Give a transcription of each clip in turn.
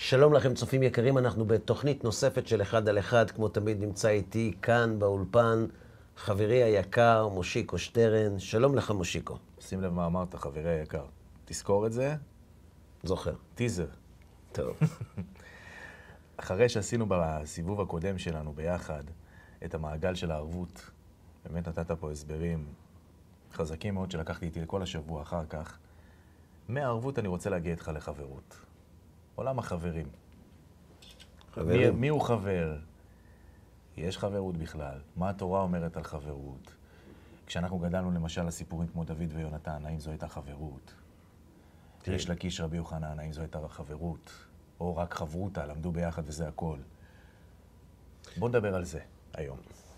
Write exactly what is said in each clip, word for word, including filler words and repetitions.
שלום לכם צופים יקרים, אנחנו בתוכנית נוספת של אחד על אחד, כמו תמיד נמצא איתי כאן באולפן חברי היקר מושיקו שטרן. שלום לך מושיקו. שים לב מה אמרת, חברי היקר. תזכור את זה. זוכר. טיזר. טוב. אחרי שעשינו בסיבוב הקודם שלנו ביחד את המעגל של הערבות, באמת נתת פה הסברים חזקים מאוד שלקחתי איתי לכל השבוע אחר כך. מהערבות אני רוצה להגיע איתך לחברות. עולם החברים. חברים. מי, מי הוא חבר? יש חברות בכלל. מה התורה אומרת על חברות? כשאנחנו גדלנו למשל לסיפורים כמו דוד ויונתן, האם זו הייתה חברות? ריש לקיש רבי יוחנן, האם זו הייתה חברות? או רק חברותה, למדו ביחד וזה הכל. בוא נדבר על זה היום.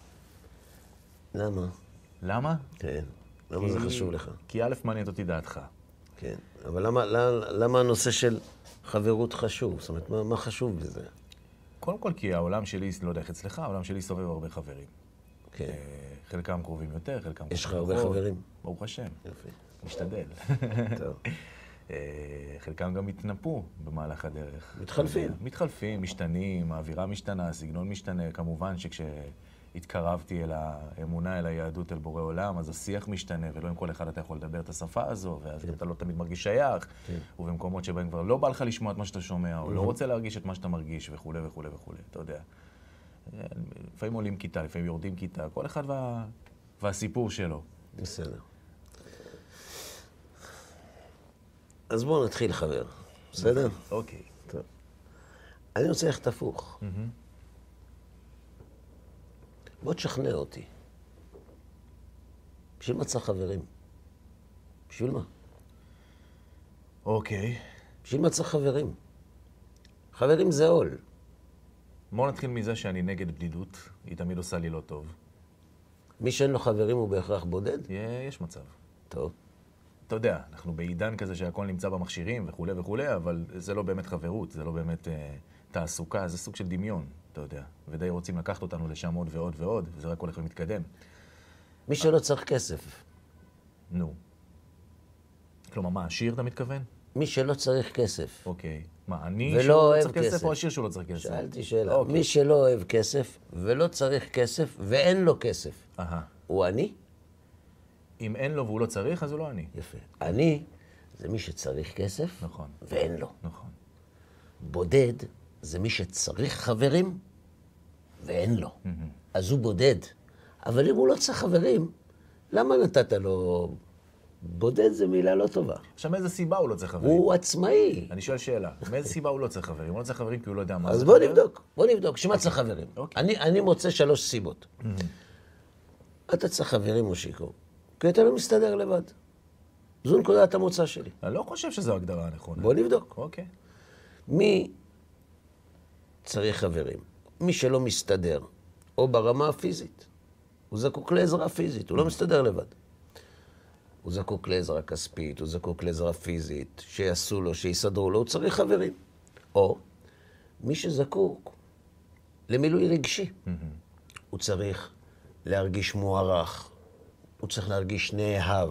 למה? למה? כן. למה זה חשוב לך? כי א' מעניינת אותי דעתך. כן. אבל למה, למה, למה הנושא של חברות חשוב? זאת אומרת, מה, מה חשוב בזה? קודם כל כי העולם שלי, לא יודע איך אצלך, העולם שלי סובב הרבה חברים. כן. חלקם קרובים יותר, חלקם קרובים. יש לך הרבה חברים? ברוך השם. יופי. משתדל. טוב. חלקם גם התנפו במהלך הדרך. מתחלפים. מתחלפים, משתנים, האווירה משתנה, הסגנון משתנה. כמובן שכשהתקרבתי אל האמונה, אל היהדות, אל בורא עולם, אז השיח משתנה, ולא עם כל אחד אתה יכול לדבר את השפה הזו, ואז אתה לא תמיד מרגיש שייך, ובמקומות שבהם כבר לא בא לך לשמוע את מה שאתה שומע, או לא רוצה להרגיש את מה שאתה מרגיש, וכו' וכו' וכו'. אתה יודע. לפעמים עולים כיתה, לפעמים יורדים כיתה, כל אחד וה... והסיפור שלו. בסדר. אז בואו נתחיל חבר, בסדר? אוקיי. טוב. אני רוצה ללכת הפוך. בוא תשכנע אותי. בשביל מה צריך חברים? בשביל מה? אוקיי. בשביל מה צריך חברים? חברים זה עול. בואו נתחיל מזה שאני נגד בדידות, היא תמיד עושה לי לא טוב. מי שאין לו חברים הוא בהכרח בודד? יש מצב. טוב. אתה יודע, אנחנו בעידן כזה שהכל נמצא במכשירים וכו' וכו', אבל זה לא באמת חברות, זה לא באמת אה, תעסוקה, זה סוג של דמיון, אתה יודע. ודי רוצים לקחת אותנו לשם עוד ועוד ועוד, וזה רק הולך ומתקדם. מי שלא צריך כסף. נו. כלומר, מה, עשיר אתה מתכוון? מי שלא צריך כסף. אוקיי. מה, אני ולא שהוא לא אוהב צריך כסף, כסף. או עשיר שהוא לא צריך כסף? שאלתי שאלה. אוקיי. מי שלא אוהב כסף ולא צריך כסף ואין לו כסף, אהה. הוא עני? אם אין לו והוא לא צריך, אז הוא לא עני. יפה. עני זה מי שצריך כסף נכון. ואין לו. נכון. בודד זה מי שצריך חברים ואין לו. אז הוא בודד. אבל אם הוא לא צריך חברים, למה נתת לו... בודד זה מילה לא טובה. עכשיו, מאיזה סיבה הוא לא צריך חברים? הוא עצמאי. אני שואל שאלה. מאיזה סיבה הוא לא צריך חברים? הוא לא צריך חברים כי הוא לא יודע מה זה. אז בוא נבדוק, בוא נבדוק. שמה צריך חברים? אוקיי. אני, אני מוצא שלוש סיבות. אתה צריך חברים, מושיקו, כי אתה לא מסתדר לבד. זו נקודת המוצא שלי. אני לא חושב שזו הגדרה הנכונה. בוא נבדוק. אוקיי. מי צריך חברים? מי שלא מסתדר, או ברמה הפיזית. הוא זקוק לעזרה פיזית, הוא לא מסתדר לבד. הוא זקוק לעזרה כספית, הוא זקוק לעזרה פיזית, שיעשו לו, שיסדרו לו, הוא צריך חברים. או מי שזקוק למילוי רגשי. הוא צריך להרגיש מוערך, הוא צריך להרגיש נאהב,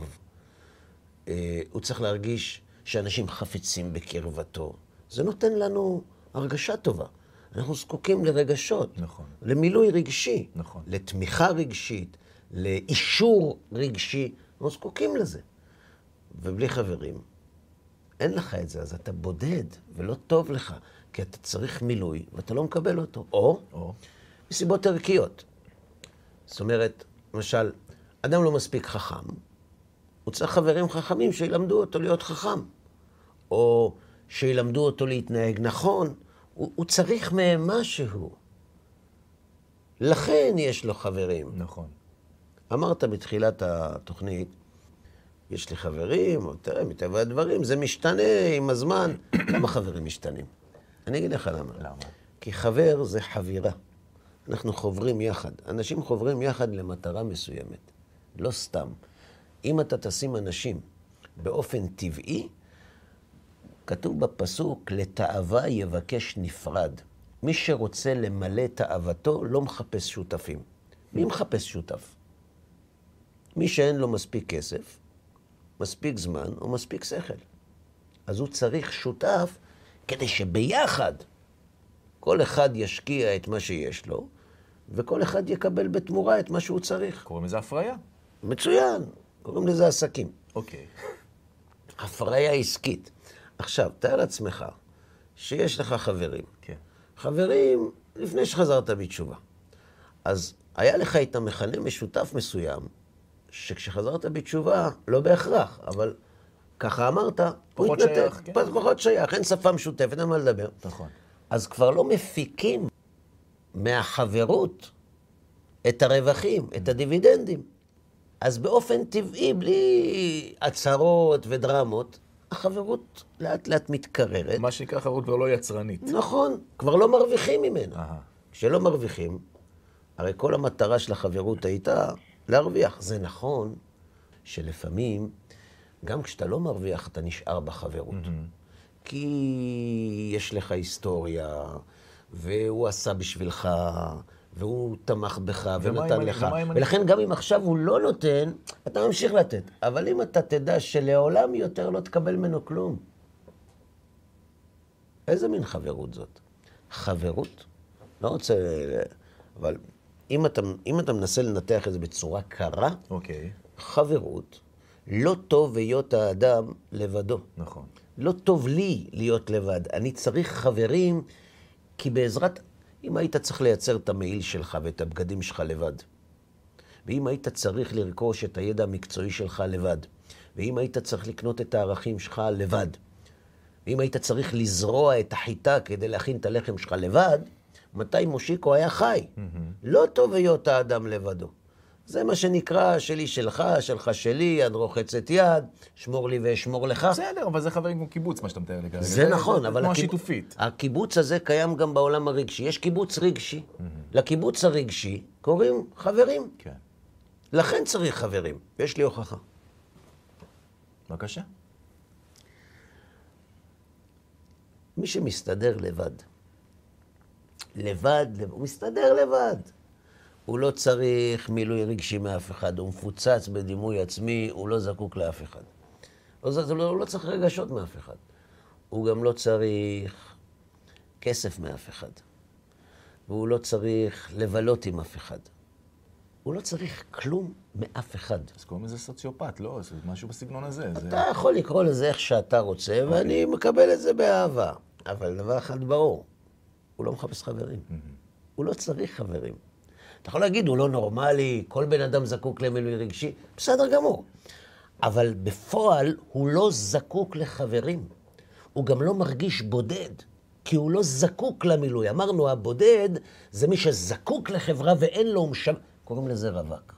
הוא צריך להרגיש שאנשים חפצים בקרבתו. זה נותן לנו הרגשה טובה. אנחנו זקוקים לרגשות, נכון. למילוי רגשי, נכון. לתמיכה רגשית, לאישור רגשי. אנחנו זקוקים לזה. ובלי חברים, אין לך את זה, אז אתה בודד ולא טוב לך, כי אתה צריך מילוי ואתה לא מקבל אותו. או, או. מסיבות ערכיות. זאת אומרת, למשל, אדם לא מספיק חכם, הוא צריך חברים חכמים שילמדו אותו להיות חכם, או שילמדו אותו להתנהג נכון, הוא, הוא צריך מהם משהו. לכן יש לו חברים. נכון. אמרת בתחילת התוכנית, יש לי חברים, או תראה, מטבע הדברים, זה משתנה עם הזמן. למה חברים משתנים? אני אגיד לך למה. למה? כי חבר זה חבירה. אנחנו חוברים יחד. אנשים חוברים יחד למטרה מסוימת. לא סתם. אם אתה תשים אנשים באופן טבעי, כתוב בפסוק, לתאווה יבקש נפרד. מי שרוצה למלא תאוותו לא מחפש שותפים. מי מחפש שותף? מי שאין לו מספיק כסף, מספיק זמן או מספיק שכל. אז הוא צריך שותף כדי שביחד כל אחד ישקיע את מה שיש לו, וכל אחד יקבל בתמורה את מה שהוא צריך. קוראים לזה הפריה? מצוין, קוראים לזה עסקים. אוקיי. הפריה עסקית. עכשיו, תאר לעצמך שיש לך חברים. כן. חברים, לפני שחזרת בתשובה. אז היה לך את המכנה משותף מסוים, שכשחזרת בתשובה, לא בהכרח, אבל ככה אמרת, פחות הוא התנתק, שייך, כן. פחות שייך, אין שפה משותפת, אין מה לדבר. נכון. אז כבר לא מפיקים מהחברות את הרווחים, את הדיבידנדים. אז באופן טבעי, בלי הצהרות ודרמות, החברות לאט לאט מתקררת. מה שנקרא חברות כבר לא יצרנית. נכון, כבר לא מרוויחים ממנה. אהה. כשלא מרוויחים, הרי כל המטרה של החברות הייתה להרוויח. זה נכון שלפעמים, גם כשאתה לא מרוויח, אתה נשאר בחברות. כי יש לך היסטוריה, והוא עשה בשבילך, והוא תמך בך ונתן אם- לך. ומה אם אני- ולכן גם אם עכשיו הוא לא נותן, אתה ממשיך לתת. אבל אם אתה תדע שלעולם יותר לא תקבל ממנו כלום, איזה מין חברות זאת? חברות? לא רוצה... אבל אם אתה, אם אתה מנסה לנתח את זה בצורה קרה, אוקיי. חברות, לא טוב היות האדם לבדו. נכון. לא טוב לי להיות לבד. אני צריך חברים, כי בעזרת... אם היית צריך לייצר את המעיל שלך ואת הבגדים שלך לבד, ואם היית צריך לרכוש את הידע המקצועי שלך לבד, ואם היית צריך לקנות את הערכים שלך לבד, ואם היית צריך לזרוע את החיטה כדי להכין את הלחם שלך לבד, מתי מושיקו היה חי? לא טוב היות האדם לבדו. זה מה שנקרא שלי שלך, שלך שלי, יד רוחצת יד, שמור לי ואשמור לך. בסדר, אבל זה חברים כמו קיבוץ, מה שאתה מתאר לי כרגע. זה נכון, אבל כמו הקיב- השיתופית. הקיבוץ הזה קיים גם בעולם הרגשי. יש קיבוץ רגשי. לקיבוץ הרגשי קוראים חברים. כן. לכן צריך חברים. יש לי הוכחה. בבקשה. מי שמסתדר לבד, לבד, לבד, הוא מסתדר לבד. הוא לא צריך מילוי רגשי מאף אחד, הוא מפוצץ בדימוי עצמי, הוא לא זקוק לאף אחד. לא, זה, לא, הוא לא צריך רגשות מאף אחד. הוא גם לא צריך כסף מאף אחד. והוא לא צריך לבלות עם אף אחד. הוא לא צריך כלום מאף אחד. אז קוראים לזה סוציופט, לא? זה משהו בסגנון הזה. זה... אתה יכול לקרוא לזה איך שאתה רוצה, ואני מקבל את זה באהבה. אבל דבר אחד ברור, הוא לא מחפש חברים. הוא לא צריך חברים. אתה יכול להגיד, הוא לא נורמלי, כל בן אדם זקוק למילוי רגשי, בסדר גמור. אבל בפועל הוא לא זקוק לחברים. הוא גם לא מרגיש בודד, כי הוא לא זקוק למילוי. אמרנו, הבודד זה מי שזקוק לחברה ואין לו משם... קוראים לזה רווק.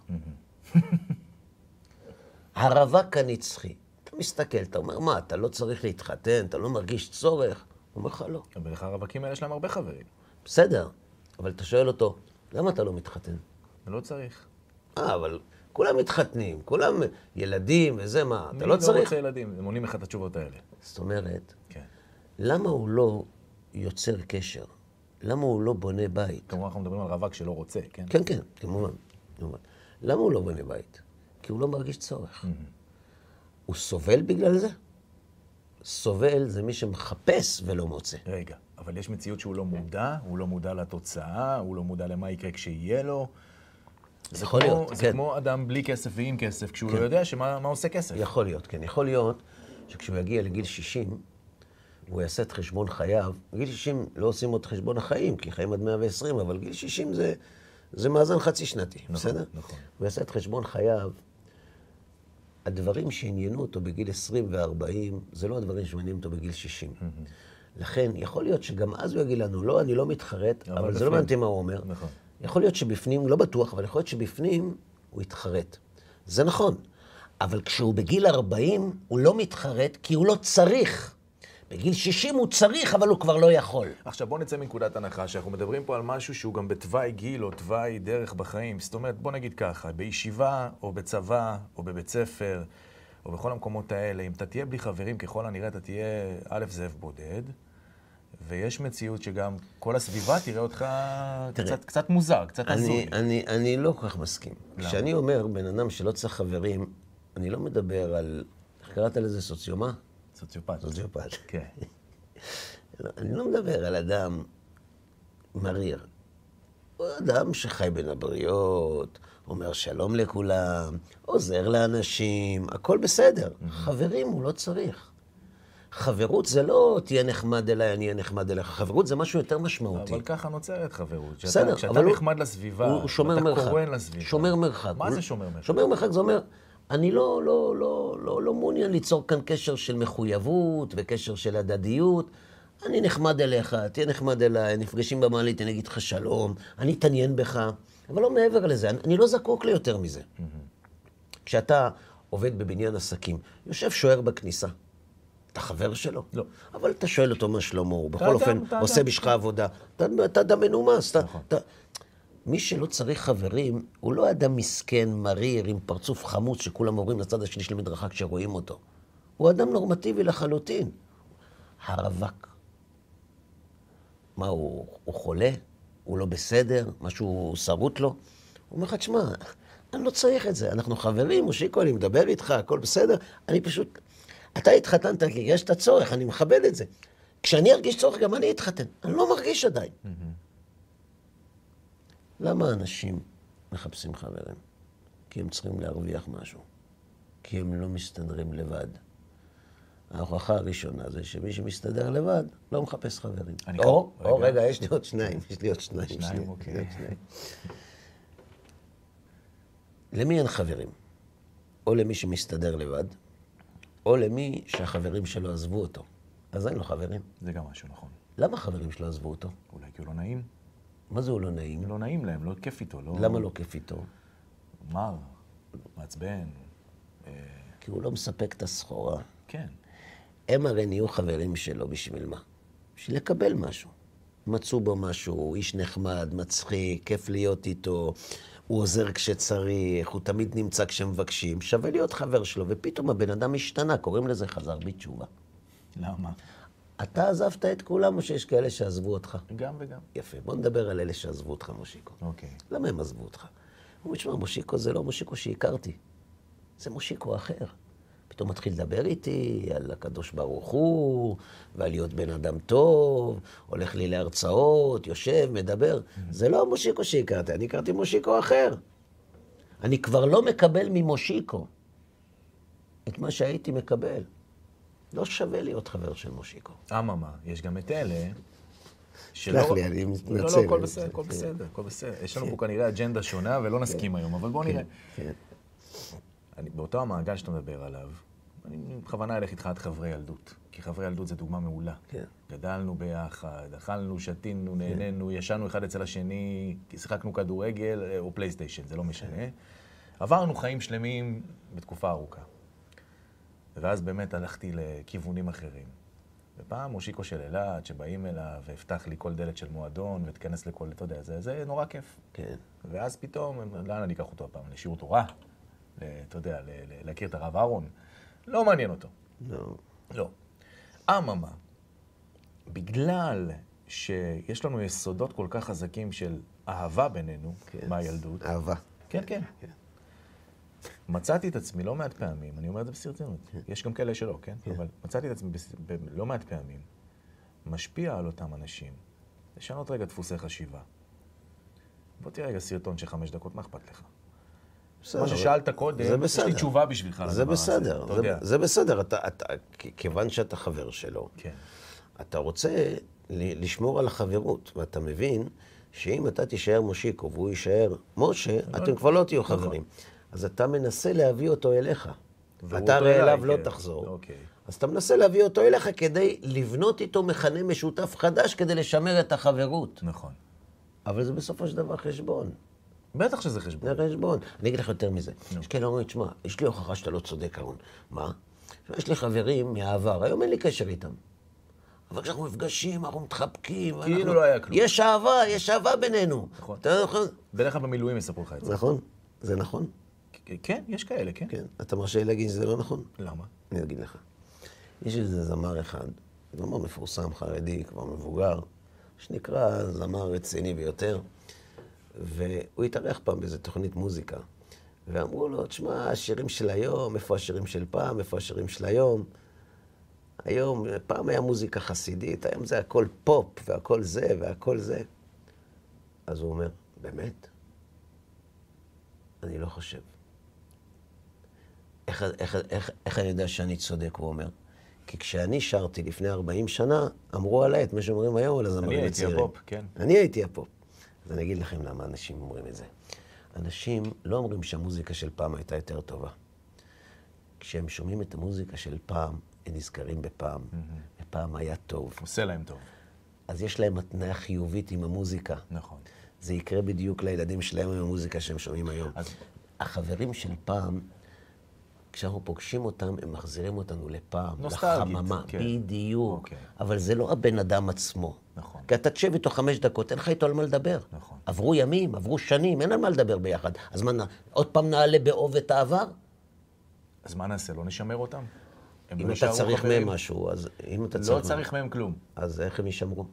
הרווק הנצחי. אתה מסתכל, אתה אומר, מה, אתה לא צריך להתחתן, אתה לא מרגיש צורך? הוא אומר לך, לא. בדרך כלל הרווקים האלה יש להם הרבה חברים. בסדר, אבל אתה שואל אותו, למה אתה לא מתחתן? לא צריך. אה, אבל כולם מתחתנים, כולם ילדים וזה, מה, אתה מי לא צריך? רוצה ילדים? הם עונים לך את התשובות האלה. זאת אומרת, כן. למה הוא לא יוצר קשר? למה הוא לא בונה בית? כמובן אנחנו מדברים על רווק שלא רוצה, כן? כן, כן, כמובן. כמובן. למה הוא לא בונה בית? כי הוא לא מרגיש צורך. הוא סובל בגלל זה? סובל זה מי שמחפש ולא מוצא. רגע, אבל יש מציאות שהוא לא מודע, הוא לא מודע לתוצאה, הוא לא מודע למה יקרה כשיהיה לו. זה יכול כמו, להיות, זה כן. כמו אדם בלי כסף ועם כסף, כשהוא לא יודע שמה מה עושה כסף. יכול להיות, כן. יכול להיות שכשהוא יגיע לגיל שישים, הוא יעשה את חשבון חייו. בגיל שישים לא עושים עוד חשבון החיים, כי חיים עד מאה ועשרים, אבל גיל שישים זה, זה מאזן חצי שנתי, נכון, בסדר? נכון. הוא יעשה את חשבון חייו. הדברים שעניינו אותו בגיל עשרים וארבעים, זה לא הדברים שמעניינים אותו בגיל שישים. לכן, יכול להיות שגם אז הוא יגיד לנו, לא, אני לא מתחרט, אבל, אבל זה לא בפנים. מעניין מה הוא אומר. נכון. יכול להיות שבפנים, לא בטוח, אבל יכול להיות שבפנים הוא יתחרט. זה נכון. אבל כשהוא בגיל ארבעים, הוא לא מתחרט, כי הוא לא צריך. בגיל שישים הוא צריך, אבל הוא כבר לא יכול. עכשיו בוא נצא מנקודת הנחה שאנחנו מדברים פה על משהו שהוא גם בתוואי גיל או תוואי דרך בחיים. זאת אומרת, בוא נגיד ככה, בישיבה או בצבא או בבית ספר או בכל המקומות האלה, אם אתה תהיה בלי חברים, ככל הנראה אתה תהיה א' זאב בודד, ויש מציאות שגם כל הסביבה תראה אותך קצת, קצת מוזר, קצת הזוי. אני, אני, אני לא כל כך מסכים. למה? כשאני אומר בן אדם שלא צריך חברים, אני לא מדבר על, איך קראת לזה סוציומה? סוציופט. סוציופט. כן. לא, אני לא מדבר על אדם מריר. הוא אדם שחי בין הבריות, אומר שלום לכולם, עוזר לאנשים, הכל בסדר. Mm-hmm. חברים הוא לא צריך. חברות זה לא תהיה נחמד אליי, אני אהיה נחמד אליך. חברות זה משהו יותר משמעותי. אבל ככה נוצרת חברות. בסדר, כשאתה אבל נחמד לסביבה, הוא שומר ואתה מרחק. קורן לסביבה. שומר מרחק. מה זה שומר מרחק? שומר מרחק זה אומר, אני לא, לא, לא, לא, לא מעוניין ליצור כאן קשר של מחויבות וקשר של הדדיות. אני נחמד אליך, תהיה נחמד אליי, נפגשים במעלית, אני אגיד לך שלום, אני אתעניין בך, אבל לא מעבר לזה, אני, אני לא זקוק ליותר מזה. Mm-hmm. כשאתה עובד בבניין עסקים, יושב שוער בכניסה, אתה חבר שלו? לא. אבל אתה שואל אותו מה שלמה, הוא בכל אופן עושה בשך עבודה. אתה אדם מנומס. מי שלא צריך חברים, הוא לא אדם מסכן, מריר, עם פרצוף חמוץ, שכולם אומרים לצד השני של המדרכה כשרואים אותו. הוא אדם נורמטיבי לחלוטין. הרווק. מה, הוא, הוא חולה? הוא לא בסדר? משהו שרוט לו? הוא אומר לך, תשמע, אני לא צריך את זה. אנחנו חברים, מושיקו, אני מדבר איתך, הכל בסדר. אני פשוט... אתה התחתנת כי יש את הצורך, אני מכבד את זה. כשאני ארגיש צורך, גם אני אתחתן. אני לא מרגיש עדיין. Mm-hmm. למה אנשים מחפשים חברים? כי הם צריכים להרוויח משהו. כי הם לא מסתדרים לבד. ההוכחה הראשונה זה שמי שמסתדר לבד, לא מחפש חברים. או, או, רגע, יש לי עוד שניים. יש לי עוד שניים. שניים, אוקיי. למי אין חברים? או למי שמסתדר לבד, או למי שהחברים שלו עזבו אותו. אז אין לו חברים. זה גם משהו נכון. למה החברים שלו עזבו אותו? אולי כי הוא לא נעים. מה זה הוא לא נעים? לא נעים להם, לא כיף איתו. לא... למה לא כיף איתו? מר, מעצבן. כי הוא לא מספק את הסחורה. כן. הם הרי נהיו חברים שלו בשביל מה? בשביל לקבל משהו. מצאו בו משהו, איש נחמד, מצחיק, כיף להיות איתו, הוא עוזר כשצריך, הוא תמיד נמצא כשמבקשים, שווה להיות חבר שלו, ופתאום הבן אדם השתנה, קוראים לזה חזר בתשובה. למה? אתה עזבת את כולם או שיש כאלה שעזבו אותך? גם וגם. יפה, בוא נדבר על אלה שעזבו אותך, מושיקו. אוקיי. למה הם עזבו אותך? הוא משמע, מושיקו זה לא מושיקו שהכרתי, זה מושיקו אחר. פתאום מתחיל לדבר איתי על הקדוש ברוך הוא, ועל להיות בן אדם טוב, הולך לי להרצאות, יושב, מדבר. זה לא מושיקו שהכרתי, אני הכרתי מושיקו אחר. אני כבר לא מקבל ממושיקו את מה שהייתי מקבל. לא שווה להיות חבר של מושיקו. אממה, יש גם את אלה סלח לי, אני מתנצל. לא, לא, הכל בסדר, הכל בסדר, הכל בסדר. יש לנו פה כנראה אג'נדה שונה ולא נסכים היום, אבל בואו נראה. אני, באותו המעגל שאתה מדבר עליו, אני בכוונה אלך איתך עד חברי ילדות. כי חברי ילדות זה דוגמה מעולה. כן. גדלנו ביחד, אכלנו, שתינו, נהנינו, כן. ישנו אחד אצל השני, שיחקנו כדורגל או פלייסטיישן, זה לא משנה. כן. עברנו חיים שלמים בתקופה ארוכה. ואז באמת הלכתי לכיוונים אחרים. ופעם מושיקו של אלעד, שבאים אליו והפתח לי כל דלת של מועדון ותכנס לכל, אתה יודע, זה, זה נורא כיף. כן. ואז פתאום, לאן אני אקח אותו הפעם? לשיעור תורה? אתה יודע, להכיר את הרב אהרון, לא מעניין אותו. לא. לא. אממה, בגלל שיש לנו יסודות כל כך חזקים של אהבה בינינו, מהילדות. אהבה. כן, כן. מצאתי את עצמי לא מעט פעמים, אני אומר את זה בסרטנות, יש גם כאלה שלא, כן? אבל מצאתי את עצמי לא מעט פעמים, משפיע על אותם אנשים, לשנות רגע דפוסי חשיבה. בוא תראה רגע סרטון של חמש דקות, מה אכפת לך? מה ששאלת קודם, יש לי תשובה בשבילך לדבר הזה. זה בסדר, זה בסדר. כיוון שאתה חבר שלו, אתה רוצה לשמור על החברות, ואתה מבין שאם אתה תישאר מושיקו והוא יישאר משה, אתם כבר לא תהיו חברים. אז אתה מנסה להביא אותו אליך. אתה הרי אליו לא תחזור. אז אתה מנסה להביא אותו אליך כדי לבנות איתו מכנה משותף חדש, כדי לשמר את החברות. נכון. אבל זה בסופו של דבר חשבון. בטח שזה חשבון. זה חשבון. אני אגיד לך יותר מזה. יש כאלה אומרים, תשמע, יש לי הוכחה שאתה לא צודק, אהרון. מה? יש לי חברים מהעבר, היום אין לי קשר איתם. אבל כשאנחנו מפגשים, אנחנו מתחבקים. כאילו לא היה כלום. יש אהבה, יש אהבה בינינו. נכון. בדרך כלל במילואים יספרו לך את זה. נכון. זה נכון? כן, יש כאלה, כן. כן. אתה מרשה לי להגיד שזה לא נכון? למה? אני אגיד לך. יש איזה זמר אחד, זמר מפורסם, חרדי, כבר מבוגר, שנקרא זמר רציני ביותר, והוא התארח פעם באיזו תוכנית מוזיקה, ואמרו לו, תשמע, השירים של היום, איפה השירים של פעם, איפה השירים של היום? היום, פעם היה מוזיקה חסידית, היום זה הכל פופ, והכל זה, והכל זה. אז הוא אומר, באמת? אני לא חושב. איך, איך, איך, איך אני יודע שאני צודק, הוא אומר? כי כשאני שרתי לפני ארבעים שנה, אמרו עליי את מה שאומרים היום על הזמרים הצעירים. אני הייתי הפופ, כן. אני הייתי הפופ. אז אני אגיד לכם למה אנשים אומרים את זה. אנשים לא אומרים שהמוזיקה של פעם הייתה יותר טובה. כשהם שומעים את המוזיקה של פעם, הם נזכרים בפעם, mm-hmm. ופעם היה טוב. עושה להם טוב. אז יש להם התנאה חיובית עם המוזיקה. נכון. זה יקרה בדיוק לילדים שלהם עם המוזיקה שהם שומעים היום. אז... החברים של פעם, כשאנחנו פוגשים אותם, הם מחזירים אותנו לפעם, נוסטלגית, לחממה. כן. בדיוק. Okay. אבל זה לא הבן אדם עצמו. נכון. כי אתה תשב איתו חמש דקות, אין לך איתו על מה לדבר. נכון. עברו ימים, עברו שנים, אין על מה לדבר ביחד. אז מה, עוד פעם נעלה באוב את העבר? אז מה נעשה? לא נשמר אותם? אם אתה צריך מהם משהו, אז אם אתה צריך... לא צריך מהם כלום. אז איך הם ישמרו?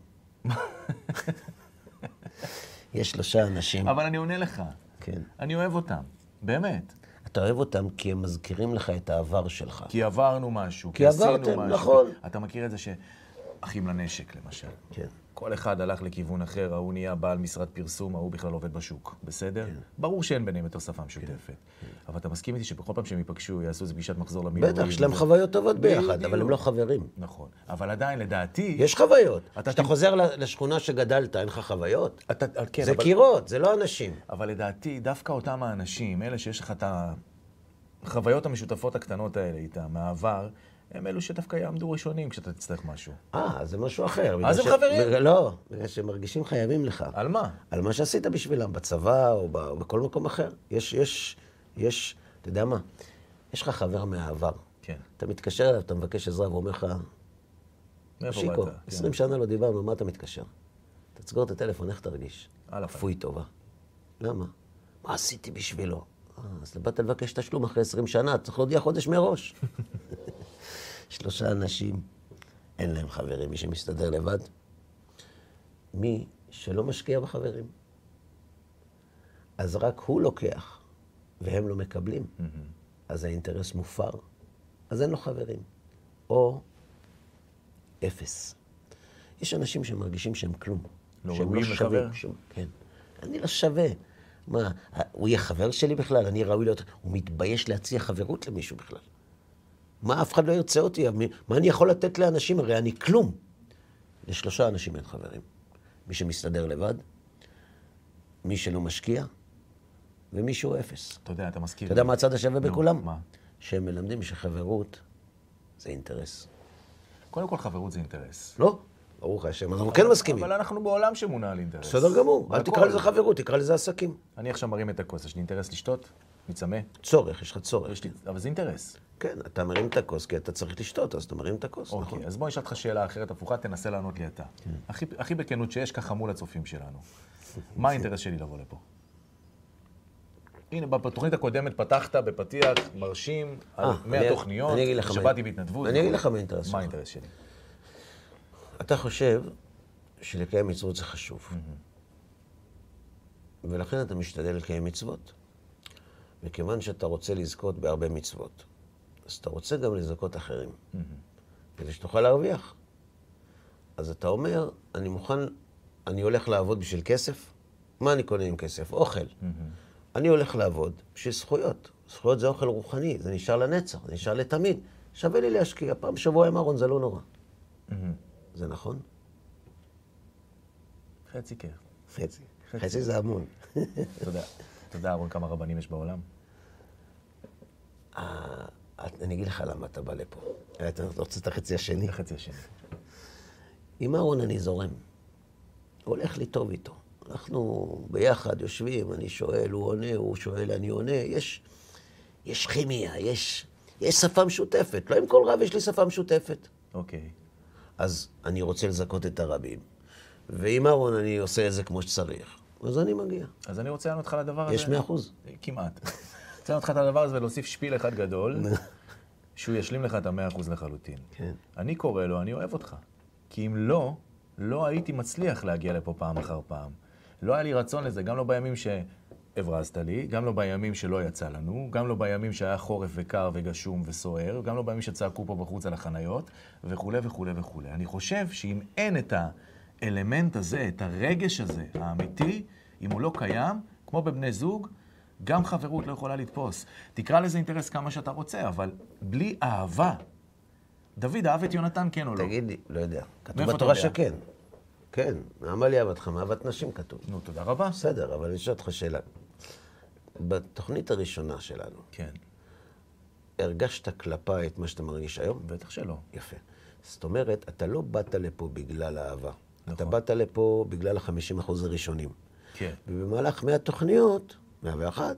יש שלושה אנשים. אבל אני עונה לך. כן. אני אוהב אותם. באמת. אתה אוהב אותם כי הם מזכירים לך את העבר שלך. כי עברנו משהו, כי עברתם, נכון. אתה מכיר את זה שאחים לנשק, למשל. כן. כל אחד הלך לכיוון אחר, ההוא נהיה בעל משרד פרסום, ההוא בכלל עובד בשוק, בסדר? כן. ברור שאין ביניהם יותר שפה משותפת. כן. אבל אתה מסכים איתי שבכל פעם שהם ייפגשו, יעשו איזה פגישת מחזור למילואים. בטח, יש להם חוויות טובות ביחד, אבל הם לא חברים. נכון. אבל עדיין, לדעתי... יש חוויות. כשאתה חוזר לשכונה שגדלת, אין לך חוויות? כן, זה קירות, זה לא אנשים. אבל לדעתי, דווקא אותם האנשים, אלה שיש לך את החוויות המשותפות הקטנות האלה איתם, מהעבר, הם אלו שדווקא יעמדו ראשונים כשאתה תצטרך משהו. אה, זה משהו אחר. אז הם חברים? לא, בגלל שהם מרגישים חייבים לך. על מה? על מה שעשית בשבילם, בצבא או בכל מקום אחר. יש, יש, יש, אתה יודע מה? יש לך חבר מהעבר. כן. אתה מתקשר אליו, אתה מבקש עזרה ואומר לך, שיקו, עשרים שנה לא דיברנו, מה אתה מתקשר? תסגור את הטלפון, איך תרגיש? אפוי טובה. למה? מה עשיתי בשבילו? אז באת לבקש תשלום אחרי עשרים שנה, צריך להודיע חודש מראש. שלושה אנשים, אין להם חברים, מי שמסתדר לבד. מי שלא משקיע בחברים. אז רק הוא לוקח, והם לא מקבלים. אז האינטרס מופר, אז אין לו חברים. או אפס. יש אנשים שמרגישים שהם כלום. לא שהם ראויים לחבר? כן. אני לא שווה. מה, הוא יהיה חבר שלי בכלל? אני ראוי להיות... הוא מתבייש להציע חברות למישהו בכלל. מה, אף אחד לא ירצה אותי? מה אני יכול לתת לאנשים? הרי אני כלום. לשלושה אנשים אין חברים. מי שמסתדר לבד, מי שלא משקיע, ומי שהוא אפס. אתה יודע, אתה מזכיר. אתה יודע מה הצד השווה בכולם? מה? שהם מלמדים שחברות זה אינטרס. קודם כל חברות זה אינטרס. לא, ברוך השם, אנחנו כן מסכימים. אבל אנחנו בעולם שמונע על אינטרס. בסדר גמור, אל תקרא לזה חברות, תקרא לזה עסקים. אני עכשיו מרים את הכוס, יש לי אינטרס לשתות? מצמא? צורך, יש לך צורך. אבל זה אינטרס. כן, אתה מרים את הכוס, כי אתה צריך לשתות, אז אתה מרים את הכוס, נכון. אוקיי, אז בוא נשאל אותך שאלה אחרת הפוכה, תנסה לענות לי אתה. הכי בכנות שיש, ככה מול הצופים שלנו. מה האינטרס שלי לבוא לפה? הנה, בתוכנית הקודמת פתחת בפתיח מרשים על מאה תוכניות, שבאתי בהתנדבות. אני אגיד לך מה האינטרס שלך. מה האינטרס שלי? אתה חושב שלקיים מצוות זה חשוב. ולכן אתה משתדל לקיים מצוות. וכיוון שאתה רוצה לזכות בהרבה מצוות, אז אתה רוצה גם לזכות אחרים. כדי שתוכל להרוויח. אז אתה אומר, אני מוכן, אני הולך לעבוד בשביל כסף. מה אני קונה עם כסף? אוכל. אני הולך לעבוד בשביל זכויות. זכויות זה אוכל רוחני, זה נשאר לנצח, זה נשאר לתמיד. שווה לי להשקיע. פעם שבוע עם ארון, זה לא נורא. זה נכון? חצי כן. חצי. חצי זה המון. תודה. תודה, אהרון, כמה רבנים יש בעולם? אני אגיד לך למה אתה בא לפה. אתה רוצה את החצי השני? החצי השני. עם אהרון אני זורם. הולך לי טוב איתו. אנחנו ביחד יושבים, אני שואל, הוא עונה, הוא שואל, אני עונה. יש, יש כימיה, יש, יש שפה משותפת. לא עם כל רב יש לי שפה משותפת. אוקיי. אז אני רוצה לזכות את הרבים. ועם אהרון אני עושה את זה כמו שצריך. אז אני מגיע. אז אני רוצה לענות לך לדבר הזה. יש מאה אחוז? כמעט. רוצה לענות לך את הדבר הזה ולהוסיף שפיל אחד גדול, שהוא ישלים לך את המאה אחוז לחלוטין. כן. אני קורא לו, אני אוהב אותך. כי אם לא, לא הייתי מצליח להגיע לפה פעם אחר פעם. לא היה לי רצון לזה, גם לא בימים הברזת לי, גם לא בימים שלא יצא לנו, גם לא בימים שהיה חורף וקר וגשום וסוער, גם לא בימים שצעקו פה בחוץ על החניות, וכו' וכו' וכו'. אני חושב שאם אין את האלמנט הזה, את הרגש הזה, האמיתי, אם הוא לא קיים, כמו בבני זוג, גם חברות לא יכולה לתפוס. תקרא לזה אינטרס כמה שאתה רוצה, אבל בלי אהבה. דוד, אהב את יונתן, כן או לא? תגיד לי, לא יודע. כתוב בתורה שכן. כן, מעמל אהבתך, מאהבת נשים כתוב. נו, תודה רבה. בסדר, אבל אני אשאל אותך שאלה. בתוכנית הראשונה שלנו, כן. הרגשת כלפי את מה שאתה מרגיש היום? בטח שלא. יפה. זאת אומרת, אתה לא באת לפה בגלל האהבה. נכון. אתה באת לפה בגלל ה-חמישים אחוז הראשונים. כן. ובמהלך מאה תוכניות, מאה ואחת,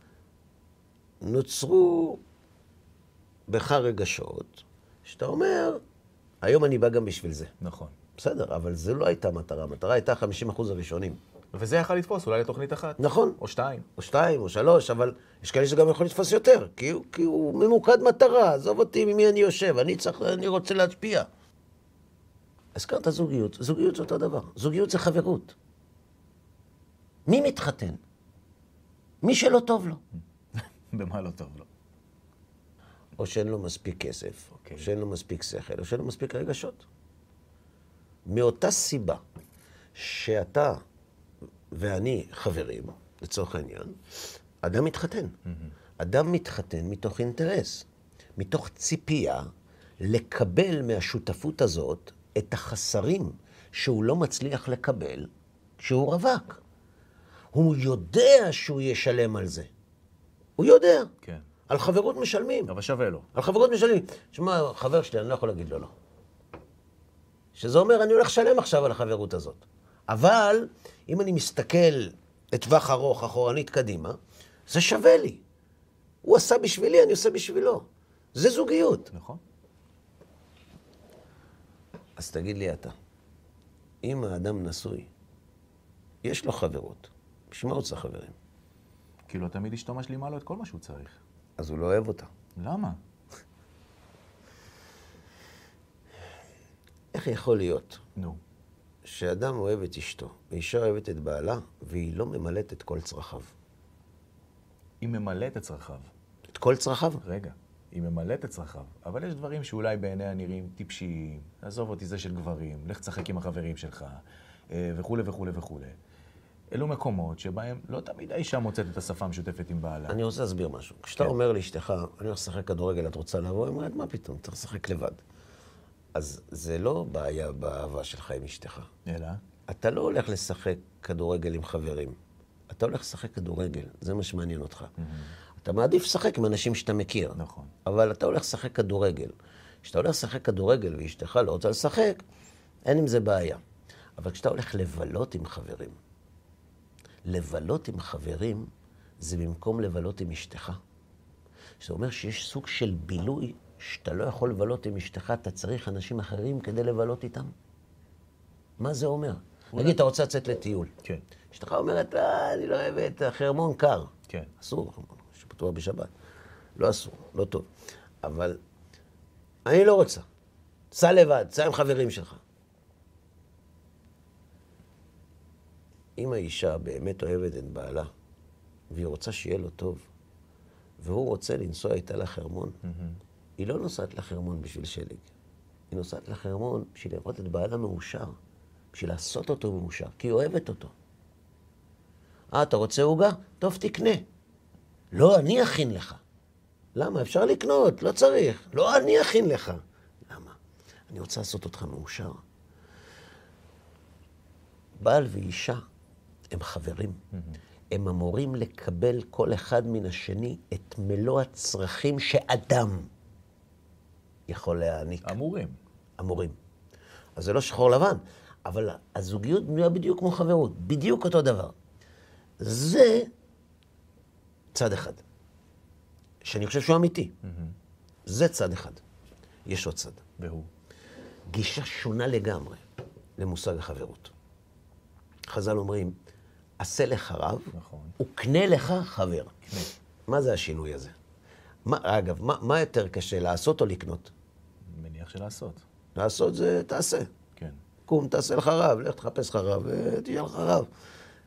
נוצרו בך רגשות, שאתה אומר, היום אני בא גם בשביל זה. נכון. בסדר, אבל זה לא הייתה המטרה. המטרה הייתה חמישים אחוז הראשונים. וזה יכול לתפוס, אולי לתוכנית אחת. נכון. או שתיים. או שתיים, או שלוש, אבל יש כאלה שגם יכול לתפוס יותר, כי הוא, כי הוא ממוקד מטרה. עזוב אותי ממי אני יושב, אני צריך, אני רוצה להשפיע. הזכרת זוגיות, זוגיות זה אותו דבר. זוגיות זה חברות. מי מתחתן? מי שלא טוב לו. במה לא טוב לו? או שאין לו מספיק כסף, Okay. או שאין לו מספיק שכל, או שאין לו מספיק רגשות. מאותה סיבה שאתה ואני חברים, לצורך העניין, אדם מתחתן. Mm-hmm. אדם מתחתן מתוך אינטרס, מתוך ציפייה לקבל מהשותפות הזאת את החסרים שהוא לא מצליח לקבל כשהוא רווק. הוא יודע שהוא ישלם על זה. הוא יודע. כן. על חברות משלמים. אבל שווה לו. על חברות משלמים. שמה, חבר שלי, אני לא יכול להגיד לו לא. שזה אומר, אני הולך לשלם עכשיו על החברות הזאת. אבל, אם אני מסתכל לטווח ארוך, אחורנית קדימה, זה שווה לי. הוא עשה בשבילי, אני עושה בשבילו. זה זוגיות. נכון. אז תגיד לי אתה, אם האדם נשוי, יש לו חברות, בשביל מה הוא צריך חברים? כי לא תמיד אשתו משלימה לו את כל מה שהוא צריך. אז הוא לא אוהב אותה. למה? איך יכול להיות נו. שאדם אוהב את אשתו, ואישה אוהבת את בעלה, והיא לא ממלאת את כל צרכיו? היא ממלאת את צרכיו. את כל צרכיו? רגע, היא ממלאת את צרכיו. אבל יש דברים שאולי בעיניה נראים טיפשיים. עזוב אותי, זה של גברים, לך תשחק עם החברים שלך, וכו' וכו' וכו'. אלו מקומות שבהם לא תמיד האישה מוצאת את השפה המשותפת עם בעלה. אני רוצה להסביר משהו. כשאתה כן. אומר לאשתך, אני הולך לשחק כדורגל, את רוצה לבוא? היא אומרת, מה פתאום? צריך לשחק לבד. אז זה לא בעיה באהבה שלך עם אשתך. אלא? אתה לא הולך לשחק כדורגל עם חברים. אתה הולך לשחק כדורגל, זה מה שמעניין אותך. Mm-hmm. אתה מעדיף לשחק עם אנשים שאתה מכיר. נכון. אבל אתה הולך לשחק כדורגל. כשאתה הולך לשחק כדורגל ואשתך לא רוצה לשחק, אין עם זה בעיה. אבל כשאתה הולך לבלות עם חברים, לבלות עם חברים זה במקום לבלות עם אשתך. זה אומר שיש סוג של בילוי שאתה לא יכול לבלות עם אשתך, אתה צריך אנשים אחרים כדי לבלות איתם. מה זה אומר? נגיד, אתה רוצה לצאת לטיול. כן. אשתך אומרת, אה, אני לא אוהבת, החרמון קר. כן. אסור, חרמון, שפתוח בשבת. לא אסור, לא טוב. אבל אני לא רוצה. סע לבד, סע עם חברים שלך. אם האישה באמת אוהבת את בעלה, והיא רוצה שיהיה לו טוב, והוא רוצה לנסוע איתה לחרמון, mm-hmm. היא לא נוסעת לחרמון בשביל שלג. היא נוסעת לחרמון בשביל לראות את בעלה מאושר, בשביל לעשות אותו מאושר, כי היא אוהבת אותו. אה, אתה רוצה עוגה? טוב, תקנה. לא, אני אכין לך. למה? אפשר לקנות, לא צריך. לא, אני אכין לך. למה? אני רוצה לעשות אותך מאושר. בעל ואישה הם חברים. Mm-hmm. הם אמורים לקבל כל אחד מן השני את מלוא הצרכים שאדם יכול להעניק. אמורים. אמורים. אז זה לא שחור לבן, אבל הזוגיות בנויה בדיוק כמו חברות, בדיוק אותו דבר. זה צד אחד, שאני חושב שהוא אמיתי. Mm-hmm. זה צד אחד. יש עוד צד. והוא? גישה שונה לגמרי למושג החברות. חז"ל אומרים, עשה לך רב, נכון. וקנה לך חבר. קנה. מה זה השינוי הזה? מה, אגב, מה, מה יותר קשה, לעשות או לקנות? מניח שלעשות. לעשות זה תעשה. כן. קום, תעשה לך רב, לך תחפש לך רב, ותהיה לך רב.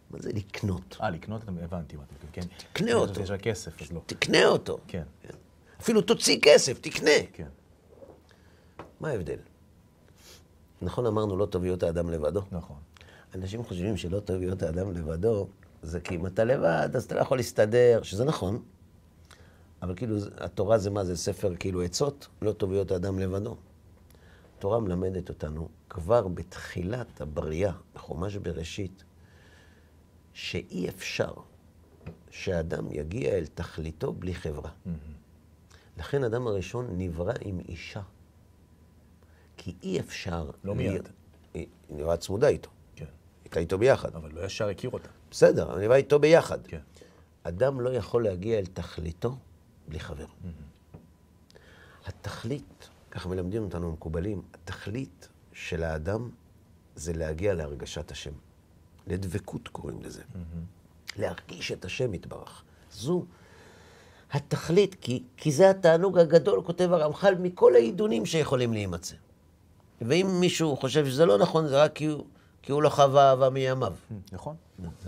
מה זה לקנות? אה, לקנות, הבנתי מה אתה מתכוון, כן. תקנה אותו. יש רק כסף, אז לא. תקנה אותו. כן. אפילו תוציא כסף, תקנה. כן. מה ההבדל? נכון אמרנו, לא טוב להיות האדם לבדו. נכון. אנשים חושבים שלא טוב להיות האדם לבדו, זה כי אם אתה לבד, אז אתה לא יכול להסתדר, שזה נכון. אבל כאילו, התורה זה מה? זה ספר כאילו עצות, לא טוב להיות האדם לבדו. התורה מלמדת אותנו, כבר בתחילת הבריאה, בחומש בראשית, שאי אפשר שהאדם יגיע אל תכליתו בלי חברה. Mm-hmm. לכן האדם הראשון נברא עם אישה. כי אי אפשר... לא מיד. היא נבראה צמודה איתו. כן. הייתה איתו ביחד. אבל לא ישר הכיר אותה. בסדר, אבל נברא איתו ביחד. כן. אדם לא יכול להגיע אל תכליתו בלי חבר. Mm-hmm. התכלית, ככה מלמדים אותנו מקובלים, התכלית של האדם זה להגיע להרגשת השם. לדבקות קוראים לזה. Mm-hmm. להרגיש את השם יתברך. זו התכלית, כי, כי זה התענוג הגדול, כותב הרמח"ל, מכל העידונים שיכולים להימצא. ואם מישהו חושב שזה לא נכון, זה רק כי הוא, כי הוא לא חווה אהבה מימיו. נכון.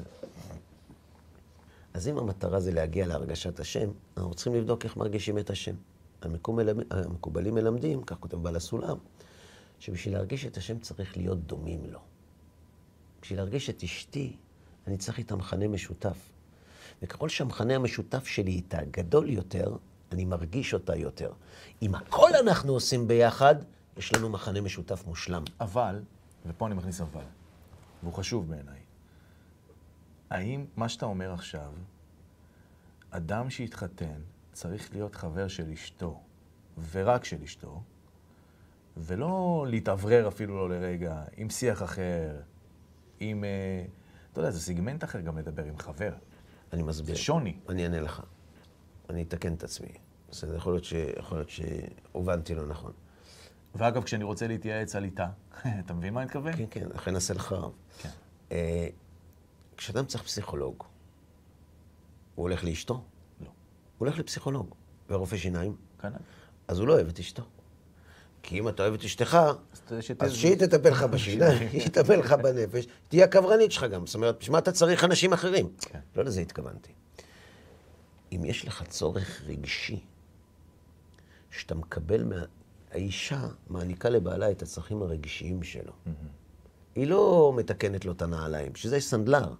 אז אם המטרה זה להגיע להרגשת השם, אנחנו צריכים לבדוק איך מרגישים את השם. המקובלים מלמדים, כך כותב בעל הסולם, שבשביל להרגיש את השם צריך להיות דומים לו. בשביל להרגיש את אשתי, אני צריך איתה מכנה משותף. וככל שהמכנה המשותף שלי איתה גדול יותר, אני מרגיש אותה יותר. אם הכל אנחנו עושים ביחד, יש לנו מכנה משותף מושלם. אבל, ופה אני מכניס אבל, והוא חשוב בעיניי, האם מה שאתה אומר עכשיו, אדם שהתחתן צריך להיות חבר של אשתו, ורק של אשתו, ולא להתעברר אפילו לא לרגע, עם שיח אחר, עם, אתה יודע, זה סיגמנט אחר גם לדבר עם חבר. אני מסביר. זה שוני. אני אענה לך. אני אתקן את עצמי. בסדר, יכול להיות ש... יכול להיות שהובנתי לא נכון. ואגב, כשאני רוצה להתייעץ על איתה, אתה מבין מה אני מתכוון? כן, כן, לכן נעשה לך רב. כן. אה, כשאדם צריך פסיכולוג, הוא הולך לאשתו? לא. הוא הולך לפסיכולוג. והרופא שיניים? כנ"ל. אז הוא לא אוהב את אשתו. כי אם אתה אוהב את אשתך, אז, אז שהיא תטפל לך בשיניים, היא תטפל לך בנפש, תהיה הקברנית שלך גם. זאת אומרת, בשביל מה אתה צריך אנשים אחרים? כן. לא לזה התכוונתי. אם יש לך צורך רגשי, שאתה מקבל מה... האישה מעניקה לבעלה את הצרכים הרגשיים שלו. Mm-hmm. היא לא מתקנת לו את הנעליים, שזה יש סנדלר.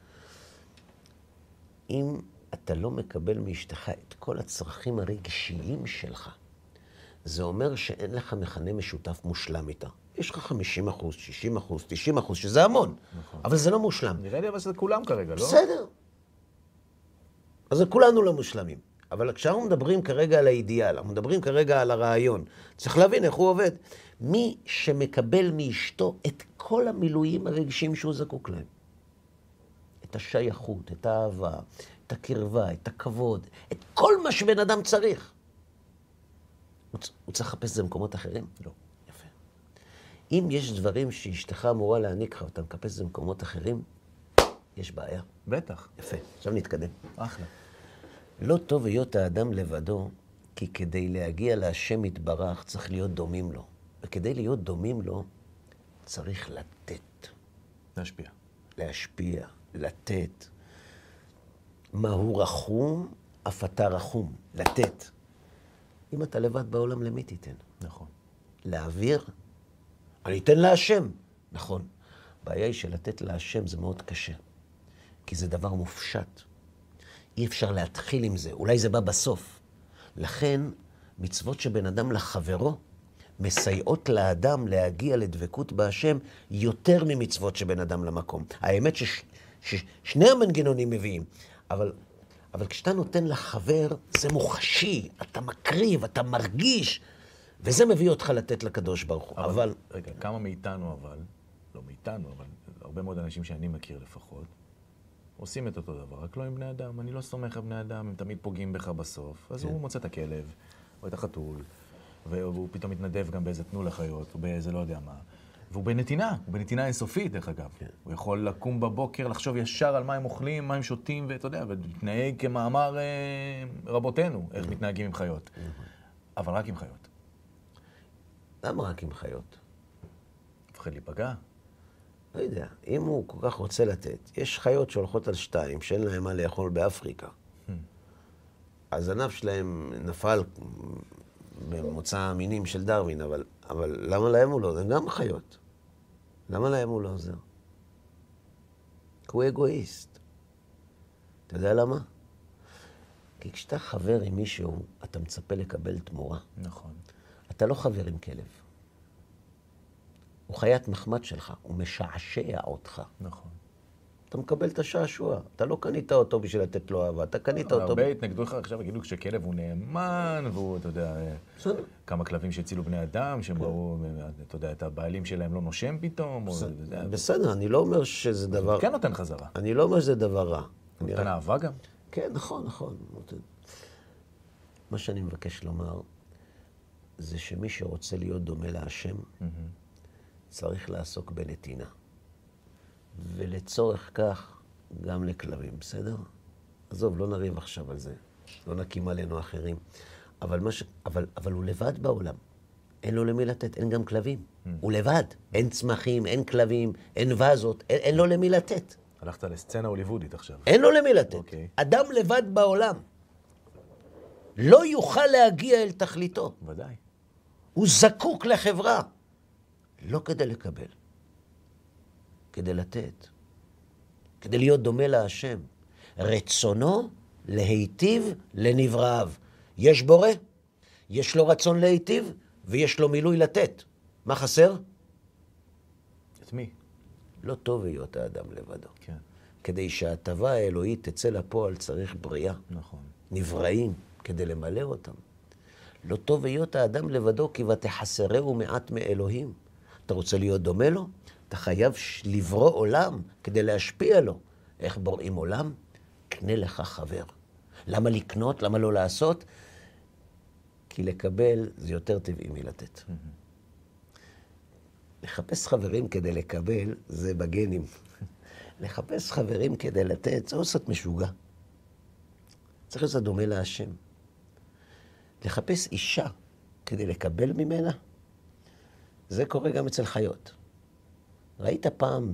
אם אתה לא מקבל מאשתך את כל הצרכים הרגשיים שלך, זה אומר שאין לך מכנה משותף מושלם איתה. יש לך חמישים אחוז, שישים אחוז, תשעים אחוז, שזה המון. נכון. אבל זה לא מושלם. נראה לי אבל שזה כולם כרגע, לא? בסדר. אז כולנו לא מושלמים. אבל כשאנחנו מדברים כרגע על האידיאל, אנחנו מדברים כרגע על הרעיון, צריך להבין איך הוא עובד. מי שמקבל מאשתו את כל המילואים הרגשיים שהוא זקוק להם. את השייכות, את האהבה, את הקרבה, את הכבוד, את כל מה שבן אדם צריך. הוא צריך לחפש את זה במקומות אחרים? לא. יפה. אם יש דברים שאשתך אמורה להעניק לך, ואתה מקפש את זה במקומות אחרים, יש בעיה. בטח. יפה. עכשיו נתקדם. אחלה. לא טוב להיות האדם לבדו, כי כדי להגיע להשם יתברך צריך להיות דומים לו. וכדי להיות דומים לו, צריך לתת. להשפיע. להשפיע, לתת. מהו רחום, אף אתה רחום. לתת. אם אתה לבד בעולם, למי תיתן? נכון. להעביר? אני אתן להשם. נכון. הבעיה היא שלתת להשם זה מאוד קשה. כי זה דבר מופשט. אי אפשר להתחיל עם זה. אולי זה בא בסוף. לכן, מצוות שבין אדם לחברו, מסייעות לאדם להגיע לדבקות בהשם יותר ממצוות שבין אדם למקום. האמת שש, ששני המנגנונים מביאים. אבל, אבל כשאתה נותן לחבר, זה מוחשי. אתה מקריב, אתה מרגיש. וזה מביא אותך לתת לקדוש ברוך הוא. אבל, אבל... רגע, כמה מאיתנו אבל, לא מאיתנו, אבל הרבה מאוד אנשים שאני מכיר לפחות, עושים את אותו דבר, רק לא עם בני אדם. אני לא סומך על בני אדם, הם תמיד פוגעים בך בסוף. אז כן. הוא מוצא את הכלב, או את החתול, והוא פתאום מתנדב גם באיזה תנו לחיות, או באיזה לא יודע מה. והוא בנתינה, הוא בנתינה אינסופית, דרך אגב. כן. הוא יכול לקום בבוקר, לחשוב ישר על מה הם אוכלים, מה הם שותים, ואתה יודע, ולהתנהג כמאמר אה, רבותינו, איך מתנהגים עם חיות. אבל רק עם חיות. למה רק עם חיות? מפחד להיפגע. לא יודע, אם הוא כל כך רוצה לתת, יש חיות שהולכות על שתיים, שאין להם מה לאכול באפריקה. הזנב שלהם נפל במוצא המינים של דרווין, אבל, אבל למה להם הוא לא? הם גם חיות. למה להם הוא לא עוזר? כי הוא אגואיסט. אתה יודע למה? כי כשאתה חבר עם מישהו, אתה מצפה לקבל תמורה. נכון. אתה לא חבר עם כלב. הוא חיית מחמד שלך, הוא משעשע אותך. נכון. אתה מקבל את השעשוע. אתה לא קנית אותו בשביל לתת לו אהבה, אתה קנית אותו... הרבה התנגדו לך עכשיו, יגידו שכלב הוא נאמן, והוא, אתה יודע, כמה כלבים שהצילו בני אדם, שהם ראו, אתה יודע, את הבעלים שלהם לא נושם פתאום. בסדר, אני לא אומר שזה דבר... כן נותן חזרה. אני לא אומר שזה דבר רע. נותן אהבה גם? כן, נכון, נכון. מה שאני מבקש לומר, זה שמי שרוצה להיות דומה להשם, צריך לעסוק בנתינה. ולצורך כך, גם לכלבים, בסדר? עזוב, לא נריב עכשיו על זה. לא נקים עלינו אחרים. אבל, מה ש... אבל, אבל הוא לבד בעולם. אין לו למי לתת, אין גם כלבים. הוא לבד. אין צמחים, אין כלבים, אין וזות, אין, אין לו למי לתת. הלכת לסצנה הוליוודית עכשיו. אין לו למי לתת. אוקיי. אדם לבד בעולם לא יוכל להגיע אל תכליתו. ודאי. הוא זקוק לחברה. לא כדי לקבל, כדי לתת, כדי להיות דומה להשם. רצונו להיטיב לנבראיו. יש בורא, יש לו רצון להיטיב, ויש לו מילוי לתת. מה חסר? את מי? לא טוב להיות האדם לבדו. כן. כדי שההטבה האלוהית תצא לפועל צריך בריאה. נכון. נבראים כדי למלא אותם. לא טוב להיות האדם לבדו, כי ותחסרהו מעט מאלוהים. אתה רוצה להיות דומה לו? אתה חייב לברוא עולם כדי להשפיע לו. איך בוראים עולם? קנה לך חבר. למה לקנות? למה לא לעשות? כי לקבל זה יותר טבעי מלתת. Mm-hmm. לחפש חברים כדי לקבל זה בגנים. לחפש חברים כדי לתת זה עושה משוגע. צריך להיות דומה להשם. לחפש אישה כדי לקבל ממנה, זה קורה גם אצל חיות. ראית פעם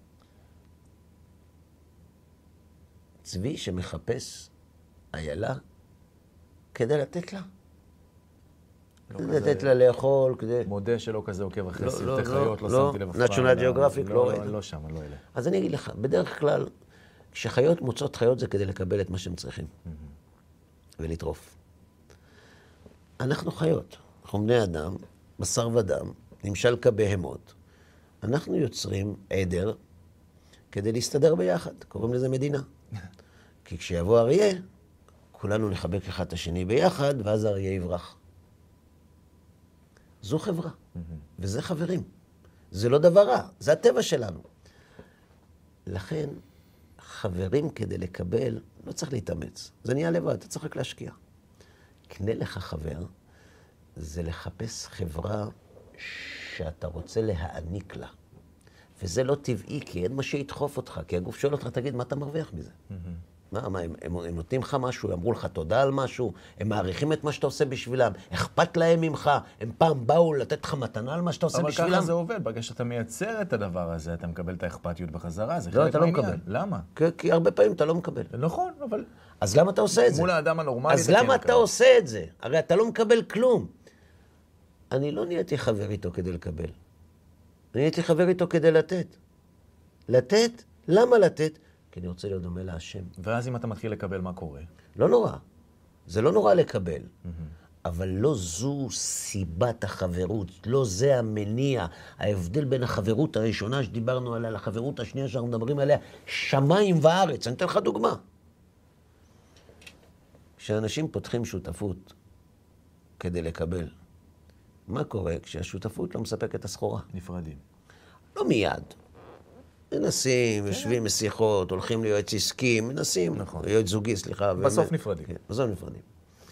צבי שמחפש איילה כדי לתת לה? לא כדי לתת לה לאכול, כדי... מודה שלא כזה עוקב אחרי לא, סרטי לא, חיות, לא, לא, שמתי לב אף פעם. National Geographic, לא לא, ראית. לא, לא שם, לא אלה. אז אני אגיד לך, בדרך כלל, כשחיות מוצאות חיות זה כדי לקבל את מה שהם צריכים. ולטרוף. אנחנו חיות, אנחנו בני אדם, בשר ודם, נמשל כבהמות. אנחנו יוצרים עדר כדי להסתדר ביחד, קוראים לזה מדינה. כי כשיבוא אריה, כולנו נחבק אחד את השני ביחד, ואז האריה יברח. זו חברה, וזה חברים. זה לא דבר רע, זה הטבע שלנו. לכן, חברים כדי לקבל, לא צריך להתאמץ. זה נהיה לבד, אתה צריך רק להשקיע. קנה לך חבר, זה לחפש חברה שאתה רוצה להעניק לה. וזה לא טבעי, כי אין מה שידחוף אותך, כי הגוף שואל אותך, תגיד, מה אתה מרוויח מזה? מה, מה, הם, הם, הם נותנים לך משהו, אמרו לך תודה על משהו, הם מעריכים את מה שאתה עושה בשבילם, אכפת להם ממך, הם פעם באו לתת לך מתנה על מה שאתה עושה בשבילם. אבל ככה זה עובד, ברגע שאתה מייצר את הדבר הזה, אתה מקבל את האכפתיות בחזרה, זה לא, חלק אתה לא מהעניין. מקבל. למה? כי, כי הרבה פעמים אתה לא מקבל. נכון, אבל... אז למה אתה עושה את זה? מול האדם הנורמלי... אז למה אתה עושה את זה? הרי אתה לא מקבל כלום. אני לא נהייתי חבר איתו כדי לקבל. אני נהייתי חבר איתו כדי לתת. לתת? למה לתת? כי אני רוצה להיות דומה להשם. ואז אם אתה מתחיל לקבל, מה קורה? לא נורא. זה לא נורא לקבל. אבל לא זו סיבת החברות, לא זה המניע. ההבדל בין החברות הראשונה שדיברנו עליה, לחברות השנייה שאנחנו מדברים עליה, שמיים וארץ. אני אתן לך דוגמה. כשאנשים פותחים שותפות כדי לקבל, מה קורה כשהשותפות לא מספקת את הסחורה? נפרדים. לא מיד. מנסים, יושבים בשיחות, הולכים ליועץ עסקי, מנסים, נכון. ליועץ זוגי, סליחה. בסוף נפרדים. כן, בסוף נפרדים.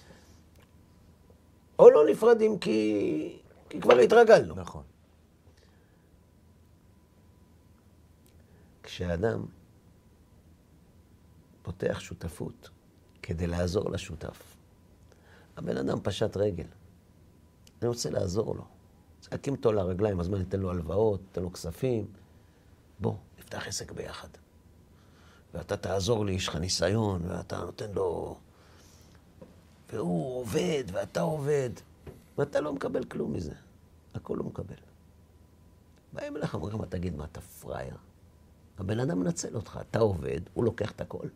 או לא נפרדים כי, כי כבר התרגלנו. נכון. כשאדם פותח שותפות כדי לעזור לשותף, הבן אדם פשט רגל. אני רוצה לעזור לו. להקים אותו לרגליים, אז מה ניתן לו הלוואות, ניתן לו כספים. בוא, נפתח עסק ביחד. ואתה תעזור לי, יש לך ניסיון, ואתה נותן לו... והוא עובד, ואתה עובד, ואתה לא מקבל כלום מזה. הכל לא מקבל. באים אליך, אומרים, מה תגיד, מה אתה פרייר? הבן אדם מנצל אותך, אתה עובד, הוא לוקח את הכל.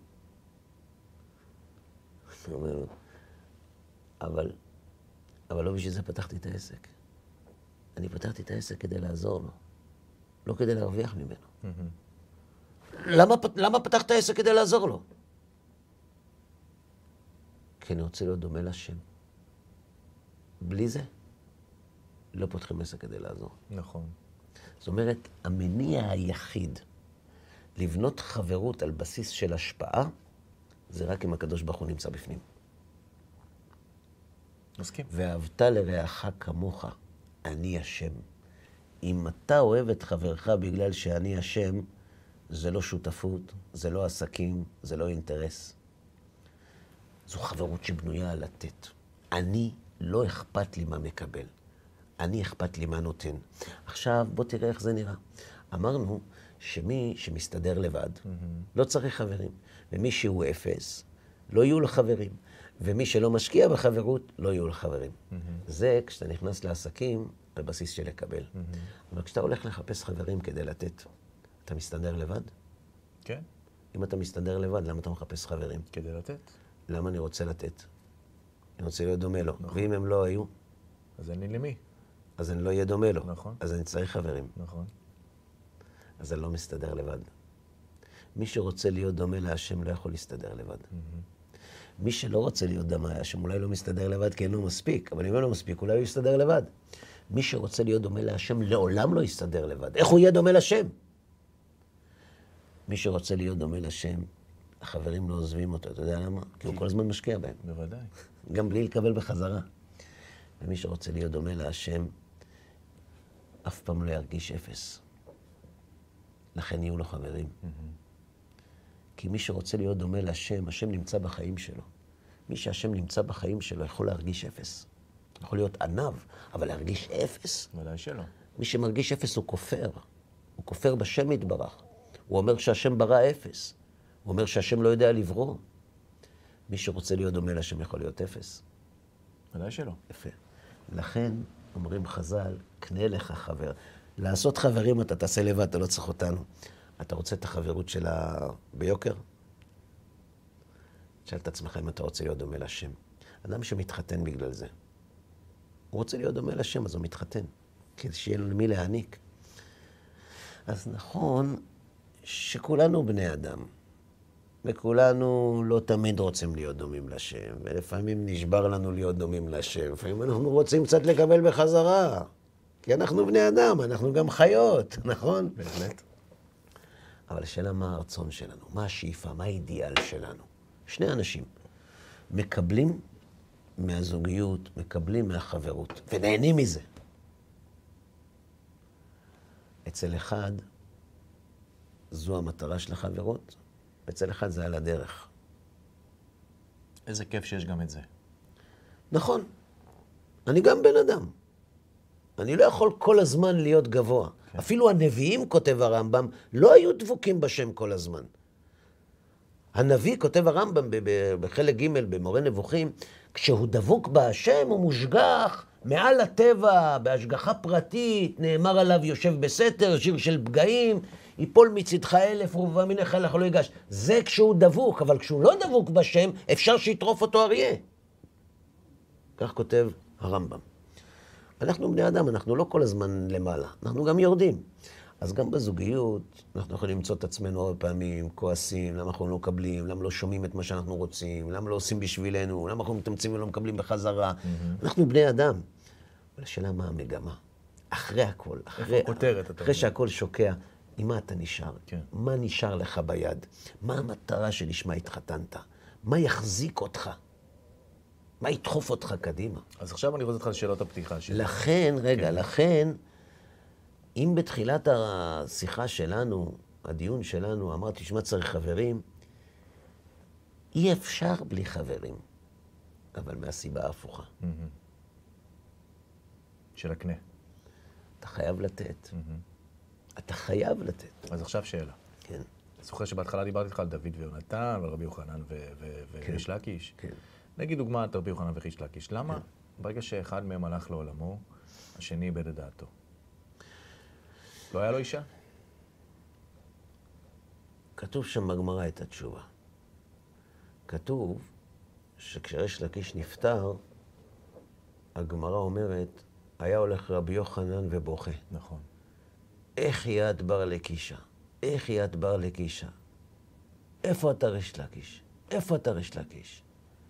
אני אומר לו, אבל, אבל לא בשביל זה פתחתי את העסק. אני פתחתי את העסק כדי לעזור לו, לא כדי להרוויח ממנו. Mm-hmm. למה, למה פתחת את העסק כדי לעזור לו? כי אני רוצה להיות דומה לשם. בלי זה, לא פותחים עסק כדי לעזור. נכון. זאת אומרת, המניע היחיד לבנות חברות על בסיס של השפעה, זה רק אם הקדוש ברוך הוא נמצא בפנים. מסכים. ואהבת לרעך כמוך, אני השם. אם אתה אוהב את חברך בגלל שאני השם, זה לא שותפות, זה לא עסקים, זה לא אינטרס. זו חברות שבנויה על לתת. אני, לא אכפת לי מה מקבל. אני אכפת לי מה נותן. עכשיו, בוא תראה איך זה נראה. אמרנו שמי שמסתדר לבד, mm-hmm. לא צריך חברים. ומי שהוא אפס, לא יהיו לו חברים. ומי שלא משקיע בחברות, לא יהיו לו חברים. Mm-hmm. זה כשאתה נכנס לעסקים על בסיס של לקבל. Mm-hmm. אבל כשאתה הולך לחפש חברים כדי לתת, אתה מסתדר לבד? כן. אם אתה מסתדר לבד, למה אתה מחפש חברים? כדי לתת. למה אני רוצה לתת? אני רוצה להיות דומה לו. נכון. ואם הם לא היו? אז אין לי למי. אז אני לא אהיה דומה לו. נכון. אז אני צריך חברים. נכון. אז אני לא מסתדר לבד. מי שרוצה להיות דומה להשם לא יכול להסתדר לבד. Mm-hmm. מי שלא רוצה להיות דומה להשם אולי לא מסתדר לבד כי אין לו מספיק, אבל אם אין לו מספיק אולי הוא יסתדר לבד. מי שרוצה להיות דומה להשם לעולם לא יסתדר לבד. איך הוא יהיה דומה לשם? מי שרוצה להיות דומה לשם, החברים לא עוזבים אותו, אתה יודע למה? כי הוא כל הזמן משקיע בהם. בוודאי. גם בלי לקבל בחזרה. ומי שרוצה להיות דומה להשם, אף פעם לא ירגיש אפס. לכן יהיו לו חברים. Mm-hmm. כי מי שרוצה להיות דומה להשם, השם נמצא בחיים שלו. מי שהשם נמצא בחיים שלו יכול להרגיש אפס. יכול להיות ענב, אבל להרגיש אפס? ודאי שלא. מי שמרגיש אפס הוא כופר. הוא כופר בשם יתברך. הוא אומר שהשם ברא אפס. הוא אומר שהשם לא יודע לברוא. מי שרוצה להיות דומה להשם יכול להיות אפס. ודאי שלא. יפה. לכן אומרים חז"ל, קנה לך חבר. לעשות חברים אתה תעשה לבד, אתה לא צריך אותנו. אתה רוצה את החברות שלה ביוקר? תשאל את עצמך אם אתה רוצה להיות דומה לשם. אדם שמתחתן בגלל זה. הוא רוצה להיות דומה לשם, אז הוא מתחתן. כדי שיהיה לו למי להעניק. אז נכון שכולנו בני אדם. וכולנו לא תמיד רוצים להיות דומים לשם. ולפעמים נשבר לנו להיות דומים לשם. לפעמים אנחנו רוצים קצת לקבל בחזרה. כי אנחנו בני אדם, אנחנו גם חיות, נכון? בהחלט. אבל השאלה מה הרצון שלנו, מה השאיפה, מה האידיאל שלנו. שני אנשים מקבלים מהזוגיות, מקבלים מהחברות, ונהנים מזה. אצל אחד, זו המטרה של החברות, אצל אחד זה על הדרך. איזה כיף שיש גם את זה. נכון, אני גם בן אדם. אני לא יכול כל הזמן להיות גבוה. כן. אפילו הנביאים, כותב הרמב"ם, לא היו דבוקים בשם כל הזמן. הנביא, כותב הרמב"ם בחלק ג' במורה נבוכים, כשהוא דבוק בהשם הוא מושגח מעל הטבע, בהשגחה פרטית, נאמר עליו יושב בסתר, שיר של פגעים, ייפול מצדך אלף ורבע מינך לך לא ייגש. זה כשהוא דבוק, אבל כשהוא לא דבוק בשם, אפשר שיטרוף אותו אריה. כך כותב הרמב"ם. אנחנו בני אדם, אנחנו לא כל הזמן למעלה, אנחנו גם יורדים. אז גם בזוגיות, אנחנו יכולים למצוא את עצמנו הרבה פעמים, כועסים, למה אנחנו לא מקבלים, למה לא שומעים את מה שאנחנו רוצים, למה לא עושים בשבילנו, למה אנחנו מתאמצים ולא מקבלים בחזרה. Mm-hmm. אנחנו בני אדם. אבל השאלה מה המגמה? אחרי הכל, אחרי, כותרת, אחרי שהכל שוקע, עם מה אתה נשאר? כן. מה נשאר לך ביד? מה המטרה שלשמה התחתנת? מה יחזיק אותך? מה ידחוף אותך קדימה? אז עכשיו אני רוצה אותך לשאלות הפתיחה שלי. לכן, רגע, כן. לכן, אם בתחילת השיחה שלנו, הדיון שלנו, אמרתי שמה צריך חברים, אי אפשר בלי חברים, אבל מהסיבה ההפוכה. Mm-hmm. של הקנה. אתה חייב לתת. Mm-hmm. אתה חייב לתת. אז עכשיו שאלה. כן. אני זוכר שבהתחלה דיברתי איתך על דוד ויונתן, ועל רבי יוחנן וריש לקיש. כן. נגיד דוגמת רבי יוחנן וריש לקיש. למה ברגע שאחד מהם הלך לעולמו, השני איבד את דעתו? לא היה לו אישה? כתוב שם בגמרא את התשובה. כתוב שכשריש לקיש נפטר, הגמרא אומרת, היה הולך רבי יוחנן ובוכה. נכון. איך יד בר לקישה? איך יד בר לקישה? איפה אתה ריש לקיש? איפה אתה ריש לקיש?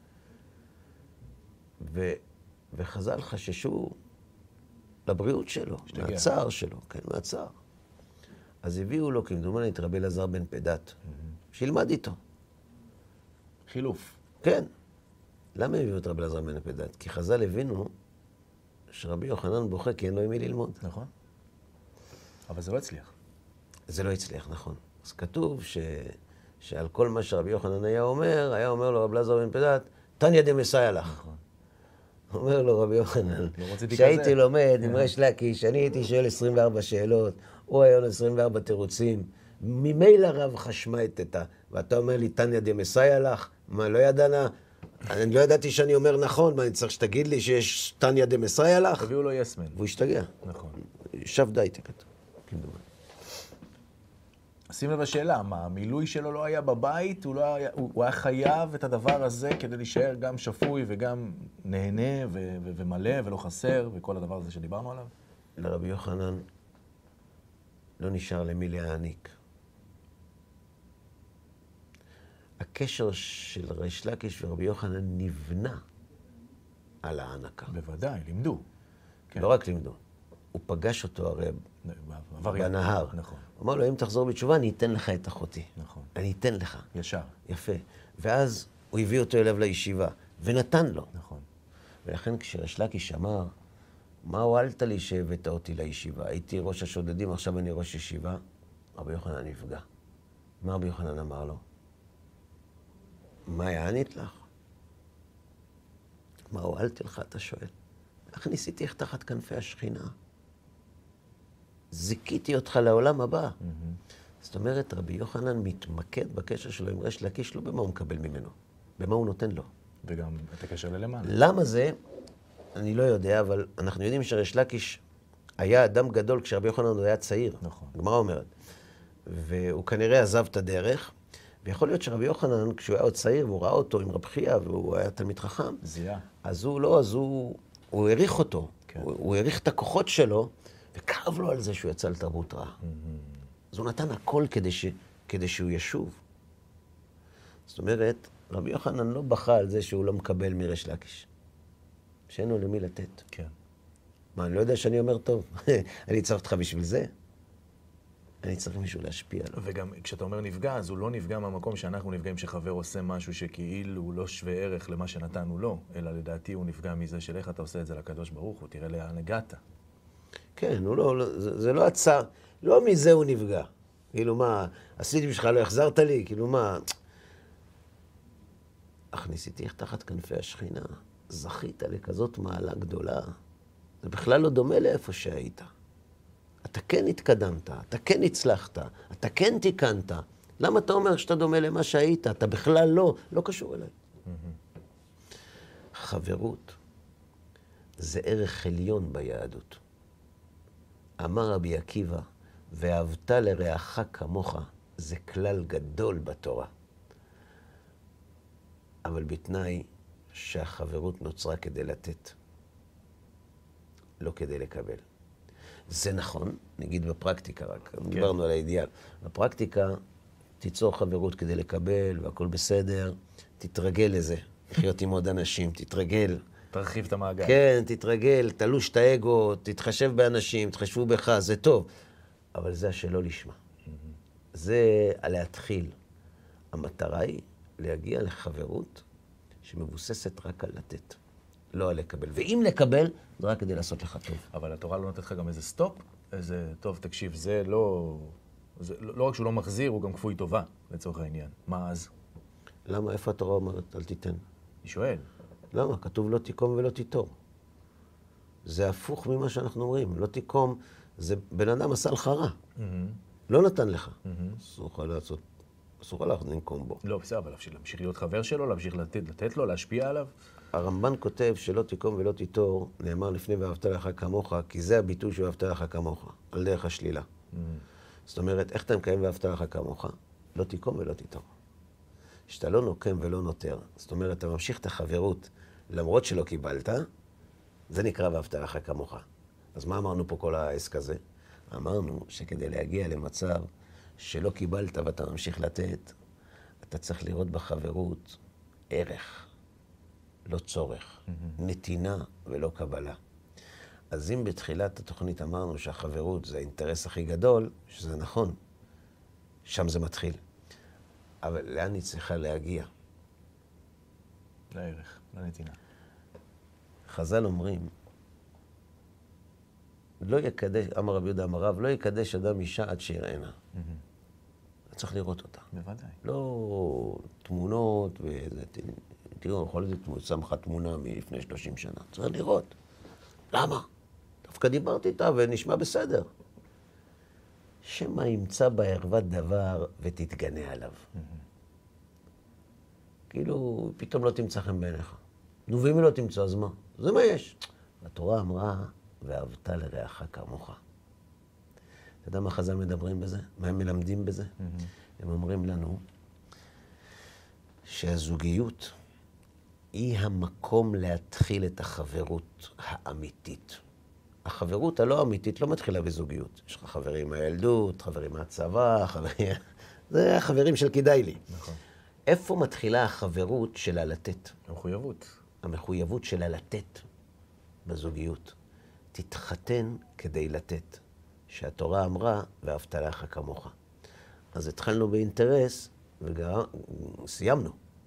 ו... וחז"ל חששו לבריאות שלו, שתגיע. מהצער שלו, כן, מהצער. אז הביאו לו, כמדומני, את רבי אלעזר בן פדת, mm-hmm. שילמד איתו. חילוף. כן. למה הביאו את רבי אלעזר בן פדת? כי חז"ל הבינו שרבי יוחנן בוכה כי אין לו עם מי ללמוד. נכון. אבל זה לא הצליח. זה לא הצליח, נכון. אז כתוב ש... שעל כל מה שרבי יוחנן היה אומר, היה אומר לו רבי אלעזר בן פדת, תניא דמסייע לך. נכון. אומר לו רבי יוחנן, לא רציתי כשהייתי כזה. לומד עם ריש לקיש, אני הייתי שואל עשרים וארבע שאלות, הוא היה לו עשרים וארבע תירוצים, ממילא רב חשמע את תתה, ואתה אומר לי, תניא דמסייע לך? מה, לא ידענה? אני לא ידעתי שאני אומר נכון, מה, אני צריך שתגיד לי שיש תניא דמסייע לך? הביאו לו יסמן. והוא השתגע. נכון. שב די, כתוב. כמדומני. שים לב לשאלה, מה, המילוי שלו לא היה בבית? הוא, לא היה, הוא, הוא היה חייב את הדבר הזה כדי להישאר גם שפוי וגם נהנה ו- ו- ומלא ולא חסר וכל הדבר הזה שדיברנו עליו? לרבי יוחנן לא נשאר למי להעניק. הקשר של ריש לקיש ורבי יוחנן נבנה על הענקה. בוודאי, לימדו. כן. לא רק לימדו, הוא פגש אותו הרי עבריין. בנהר. נכון. הוא אמר לו, אם תחזור בתשובה, אני אתן לך את אחותי. נכון. אני אתן לך. ישר. יפה. ואז הוא הביא אותו אליו לישיבה, ונתן לו. נכון. ולכן כשריש לקיש אמר, מה הועלת לי שהבאת אותי לישיבה? הייתי ראש השודדים, עכשיו אני ראש ישיבה. רבי יוחנן נפגע. מה רבי יוחנן אמר לו? מה יענית לך? מה הועלתי לך, אתה שואל? איך ניסיתי איך תחת כנפי השכינה? זיכיתי אותך לעולם הבא. Mm-hmm. זאת אומרת, רבי יוחנן מתמקד בקשר שלו עם ריש לקיש, לא במה הוא מקבל ממנו, במה הוא נותן לו. וגם את הקשר ללמעלה. למה זה? אני לא יודע, אבל אנחנו יודעים שריש לקיש היה אדם גדול כשרבי יוחנן עוד היה צעיר. נכון. הגמרא אומרת. והוא כנראה עזב את הדרך, ויכול להיות שרבי יוחנן, כשהוא היה עוד צעיר, והוא ראה אותו עם רב חייא, והוא היה תלמיד חכם, זיהה. אז הוא לא, אז הוא, הוא העריך אותו. כן. הוא, הוא העריך את הכוחות שלו, וכאב לו על זה שהוא יצא לתרבות רעה. Mm-hmm. אז הוא נתן הכל כדי, ש, כדי שהוא ישוב. זאת אומרת, רבי יוחנן לא בכה על זה שהוא לא מקבל מריש לקיש. שאין לו למי לתת. כן. מה, אני לא יודע שאני אומר טוב. אני צריך אותך בשביל זה. אני צריך מישהו להשפיע עליו. וגם כשאתה אומר נפגע, אז הוא לא נפגע מהמקום שאנחנו נפגעים שחבר עושה משהו שכאילו הוא לא שווה ערך למה שנתנו לו, אלא לדעתי הוא נפגע מזה של איך אתה עושה את זה לקדוש ברוך הוא, תראה לאן הגעת. כן, הוא לא, לא, זה, זה לא הצער, לא מזה הוא נפגע. כאילו מה, עשיתי בשבילך, לא החזרת לי, כאילו מה... אך ניסיתי איך תחת כנפי השכינה, זכית לכזאת מעלה גדולה. זה בכלל לא דומה לאיפה שהיית. אתה כן התקדמת, אתה כן הצלחת, אתה כן תיקנת. למה אתה אומר שאתה דומה למה שהיית? אתה בכלל לא, לא קשור אליי. Mm-hmm. חברות זה ערך עליון ביהדות. אמר רבי עקיבא, ואהבת לרעך כמוך, זה כלל גדול בתורה. אבל בתנאי שהחברות נוצרה כדי לתת, לא כדי לקבל. זה נכון, נגיד בפרקטיקה רק, כן. דיברנו על האידיאל. בפרקטיקה תיצור חברות כדי לקבל והכל בסדר, תתרגל לזה, לחיות עם עוד אנשים, תתרגל. תרחיב את המעגל. כן, תתרגל, תלוש את האגו, תתחשב באנשים, תחשבו בך, זה טוב. אבל זה השלא לשמה. Mm-hmm. זה להתחיל. המטרה היא להגיע לחברות שמבוססת רק על לתת, לא על לקבל. ואם לקבל, זה רק כדי לעשות לך טוב. אבל התורה לא נותנת לך גם איזה סטופ, איזה, טוב, תקשיב, זה לא... זה, לא רק שהוא לא מחזיר, הוא גם כפוי טובה, לצורך העניין. מה אז? למה? איפה התורה אומרת, אל תיתן? אני שואל. למה? כתוב לא תיקום ולא תיטור. זה הפוך ממה שאנחנו אומרים. לא תיקום, זה בן אדם עשה לך רע. Mm-hmm. לא נתן לך. Mm-hmm. אסור לך לעשות, אסור לך לנקום בו. לא, בסדר, אבל להמשיך להיות חבר שלו, להמשיך לתת, לתת לו, להשפיע עליו. הרמב"ן כותב שלא תיקום ולא תיטור, נאמר לפני ואהבת לך כמוך, כי זה הביטוי שהוא ואהבת לך כמוך, על דרך השלילה. Mm-hmm. זאת אומרת, איך אתה מקיים ואהבת לך כמוך? לא תיקום ולא תיטור. שאתה לא נוקם ולא נותר, זאת אומרת, אתה ממשיך את החברות, למרות שלא קיבלת, זה נקרא ואהבת לך כמוך. אז מה אמרנו פה כל העסק הזה? אמרנו שכדי להגיע למצב שלא קיבלת ואתה ממשיך לתת, אתה צריך לראות בחברות ערך, לא צורך, mm-hmm. נתינה ולא קבלה. אז אם בתחילת התוכנית אמרנו שהחברות זה האינטרס הכי גדול, שזה נכון, שם זה מתחיל. אבל לאן היא צריכה להגיע? לערך, לנתינה. חז"ל אומרים, לא יקדש, אמר רבי יהודה אמר רב, לא יקדש אדם אישה עד שיראנה. Mm-hmm. צריך לראות אותה. בוודאי. לא תמונות, וזה, תראו, יכול להיות שמחה תמונה מלפני שלושים שנה. צריך לראות. למה? דווקא דיברתי איתה ונשמע בסדר. שמה ימצא בערוות דבר ותתגנה עליו. Mm-hmm. כאילו, פתאום לא תמצא חן בעיניך. נו, ואם היא לא תמצא, אז מה? זה מה יש. התורה אמרה, ואהבת לרעך כמוך. אתה יודע מה חז"ל מדברים בזה? מה הם מלמדים בזה? Mm-hmm. הם אומרים לנו שהזוגיות היא המקום להתחיל את החברות האמיתית. החברות הלא אמיתית לא מתחילה בזוגיות. יש לך חברים מהילדות, חברים מהצבא, חברים... זה החברים של כדאי לי. נכון. איפה מתחילה החברות של הלתת? המחויבות. המחויבות של הלתת בזוגיות. תתחתן כדי לתת. שהתורה אמרה, ואהבת לך כמוך. אז התחלנו באינטרס, וסיימנו.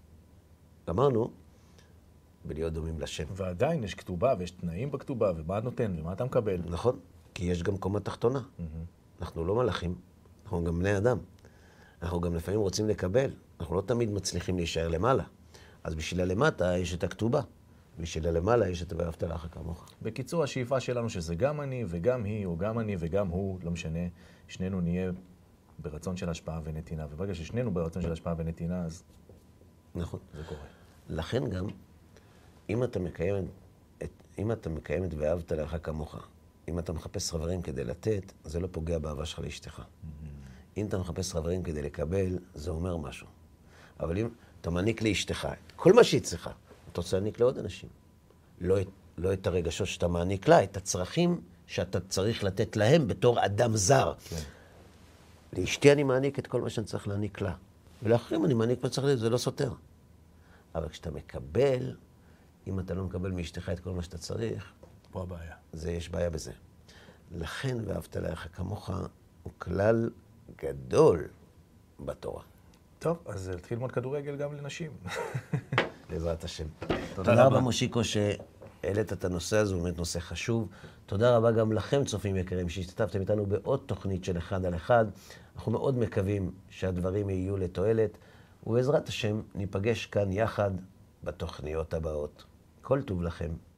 גמרנו בלהיות דומים לשם. ועדיין יש כתובה, ויש תנאים בכתובה, ומה את נותן, ומה אתה מקבל. נכון, כי יש גם קומה תחתונה. Mm-hmm. אנחנו לא מלאכים, אנחנו גם בני אדם. אנחנו גם לפעמים רוצים לקבל. אנחנו לא תמיד מצליחים להישאר למעלה. אז בשביל הלמטה יש את הכתובה. בשביל הלמעלה יש את ואהבת לך כמוך. בקיצור, השאיפה שלנו שזה גם אני וגם היא, או גם אני וגם הוא, לא משנה, שנינו נהיה ברצון של השפעה ונתינה. וברגע ששנינו ברצון של השפעה ונתינה, אז נכון. זה קורה. לכן גם, אם אתה מקיים את, אם אתה מקיים את ואהבת לך כמוך, אם אתה מחפש חברים כדי לתת, זה לא פוגע באהבה שלך לאשתך. Mm-hmm. אם אתה מחפש חברים כדי לקבל, זה אומר משהו. אבל אם אתה מעניק לאשתך כל מה שהיא צריכה, אתה רוצה להעניק לעוד אנשים. לא, לא את הרגשות שאתה מעניק לה, את הצרכים שאתה צריך לתת להם בתור אדם זר. כן. לאשתי אני מעניק את כל מה שאני צריך להעניק לה. ולאחרים אני מעניק מה צריך לתת, זה לא סותר. אבל כשאתה מקבל, אם אתה לא מקבל מאשתך את כל מה שאתה צריך, פה הבעיה. זה, יש בעיה בזה. לכן, ואהבת לך כמוך, הוא כלל גדול בתורה. טוב, אז תתחיל ללמוד כדורגל גם לנשים. בעזרת השם. תודה רבה, מושיקו, שהעלית את הנושא הזה, הוא באמת נושא חשוב. תודה רבה גם לכם, צופים יקרים, שהשתתפתם איתנו בעוד תוכנית של אחד על אחד. אנחנו מאוד מקווים שהדברים יהיו לתועלת, ובעזרת השם ניפגש כאן יחד בתוכניות הבאות. כל טוב לכם.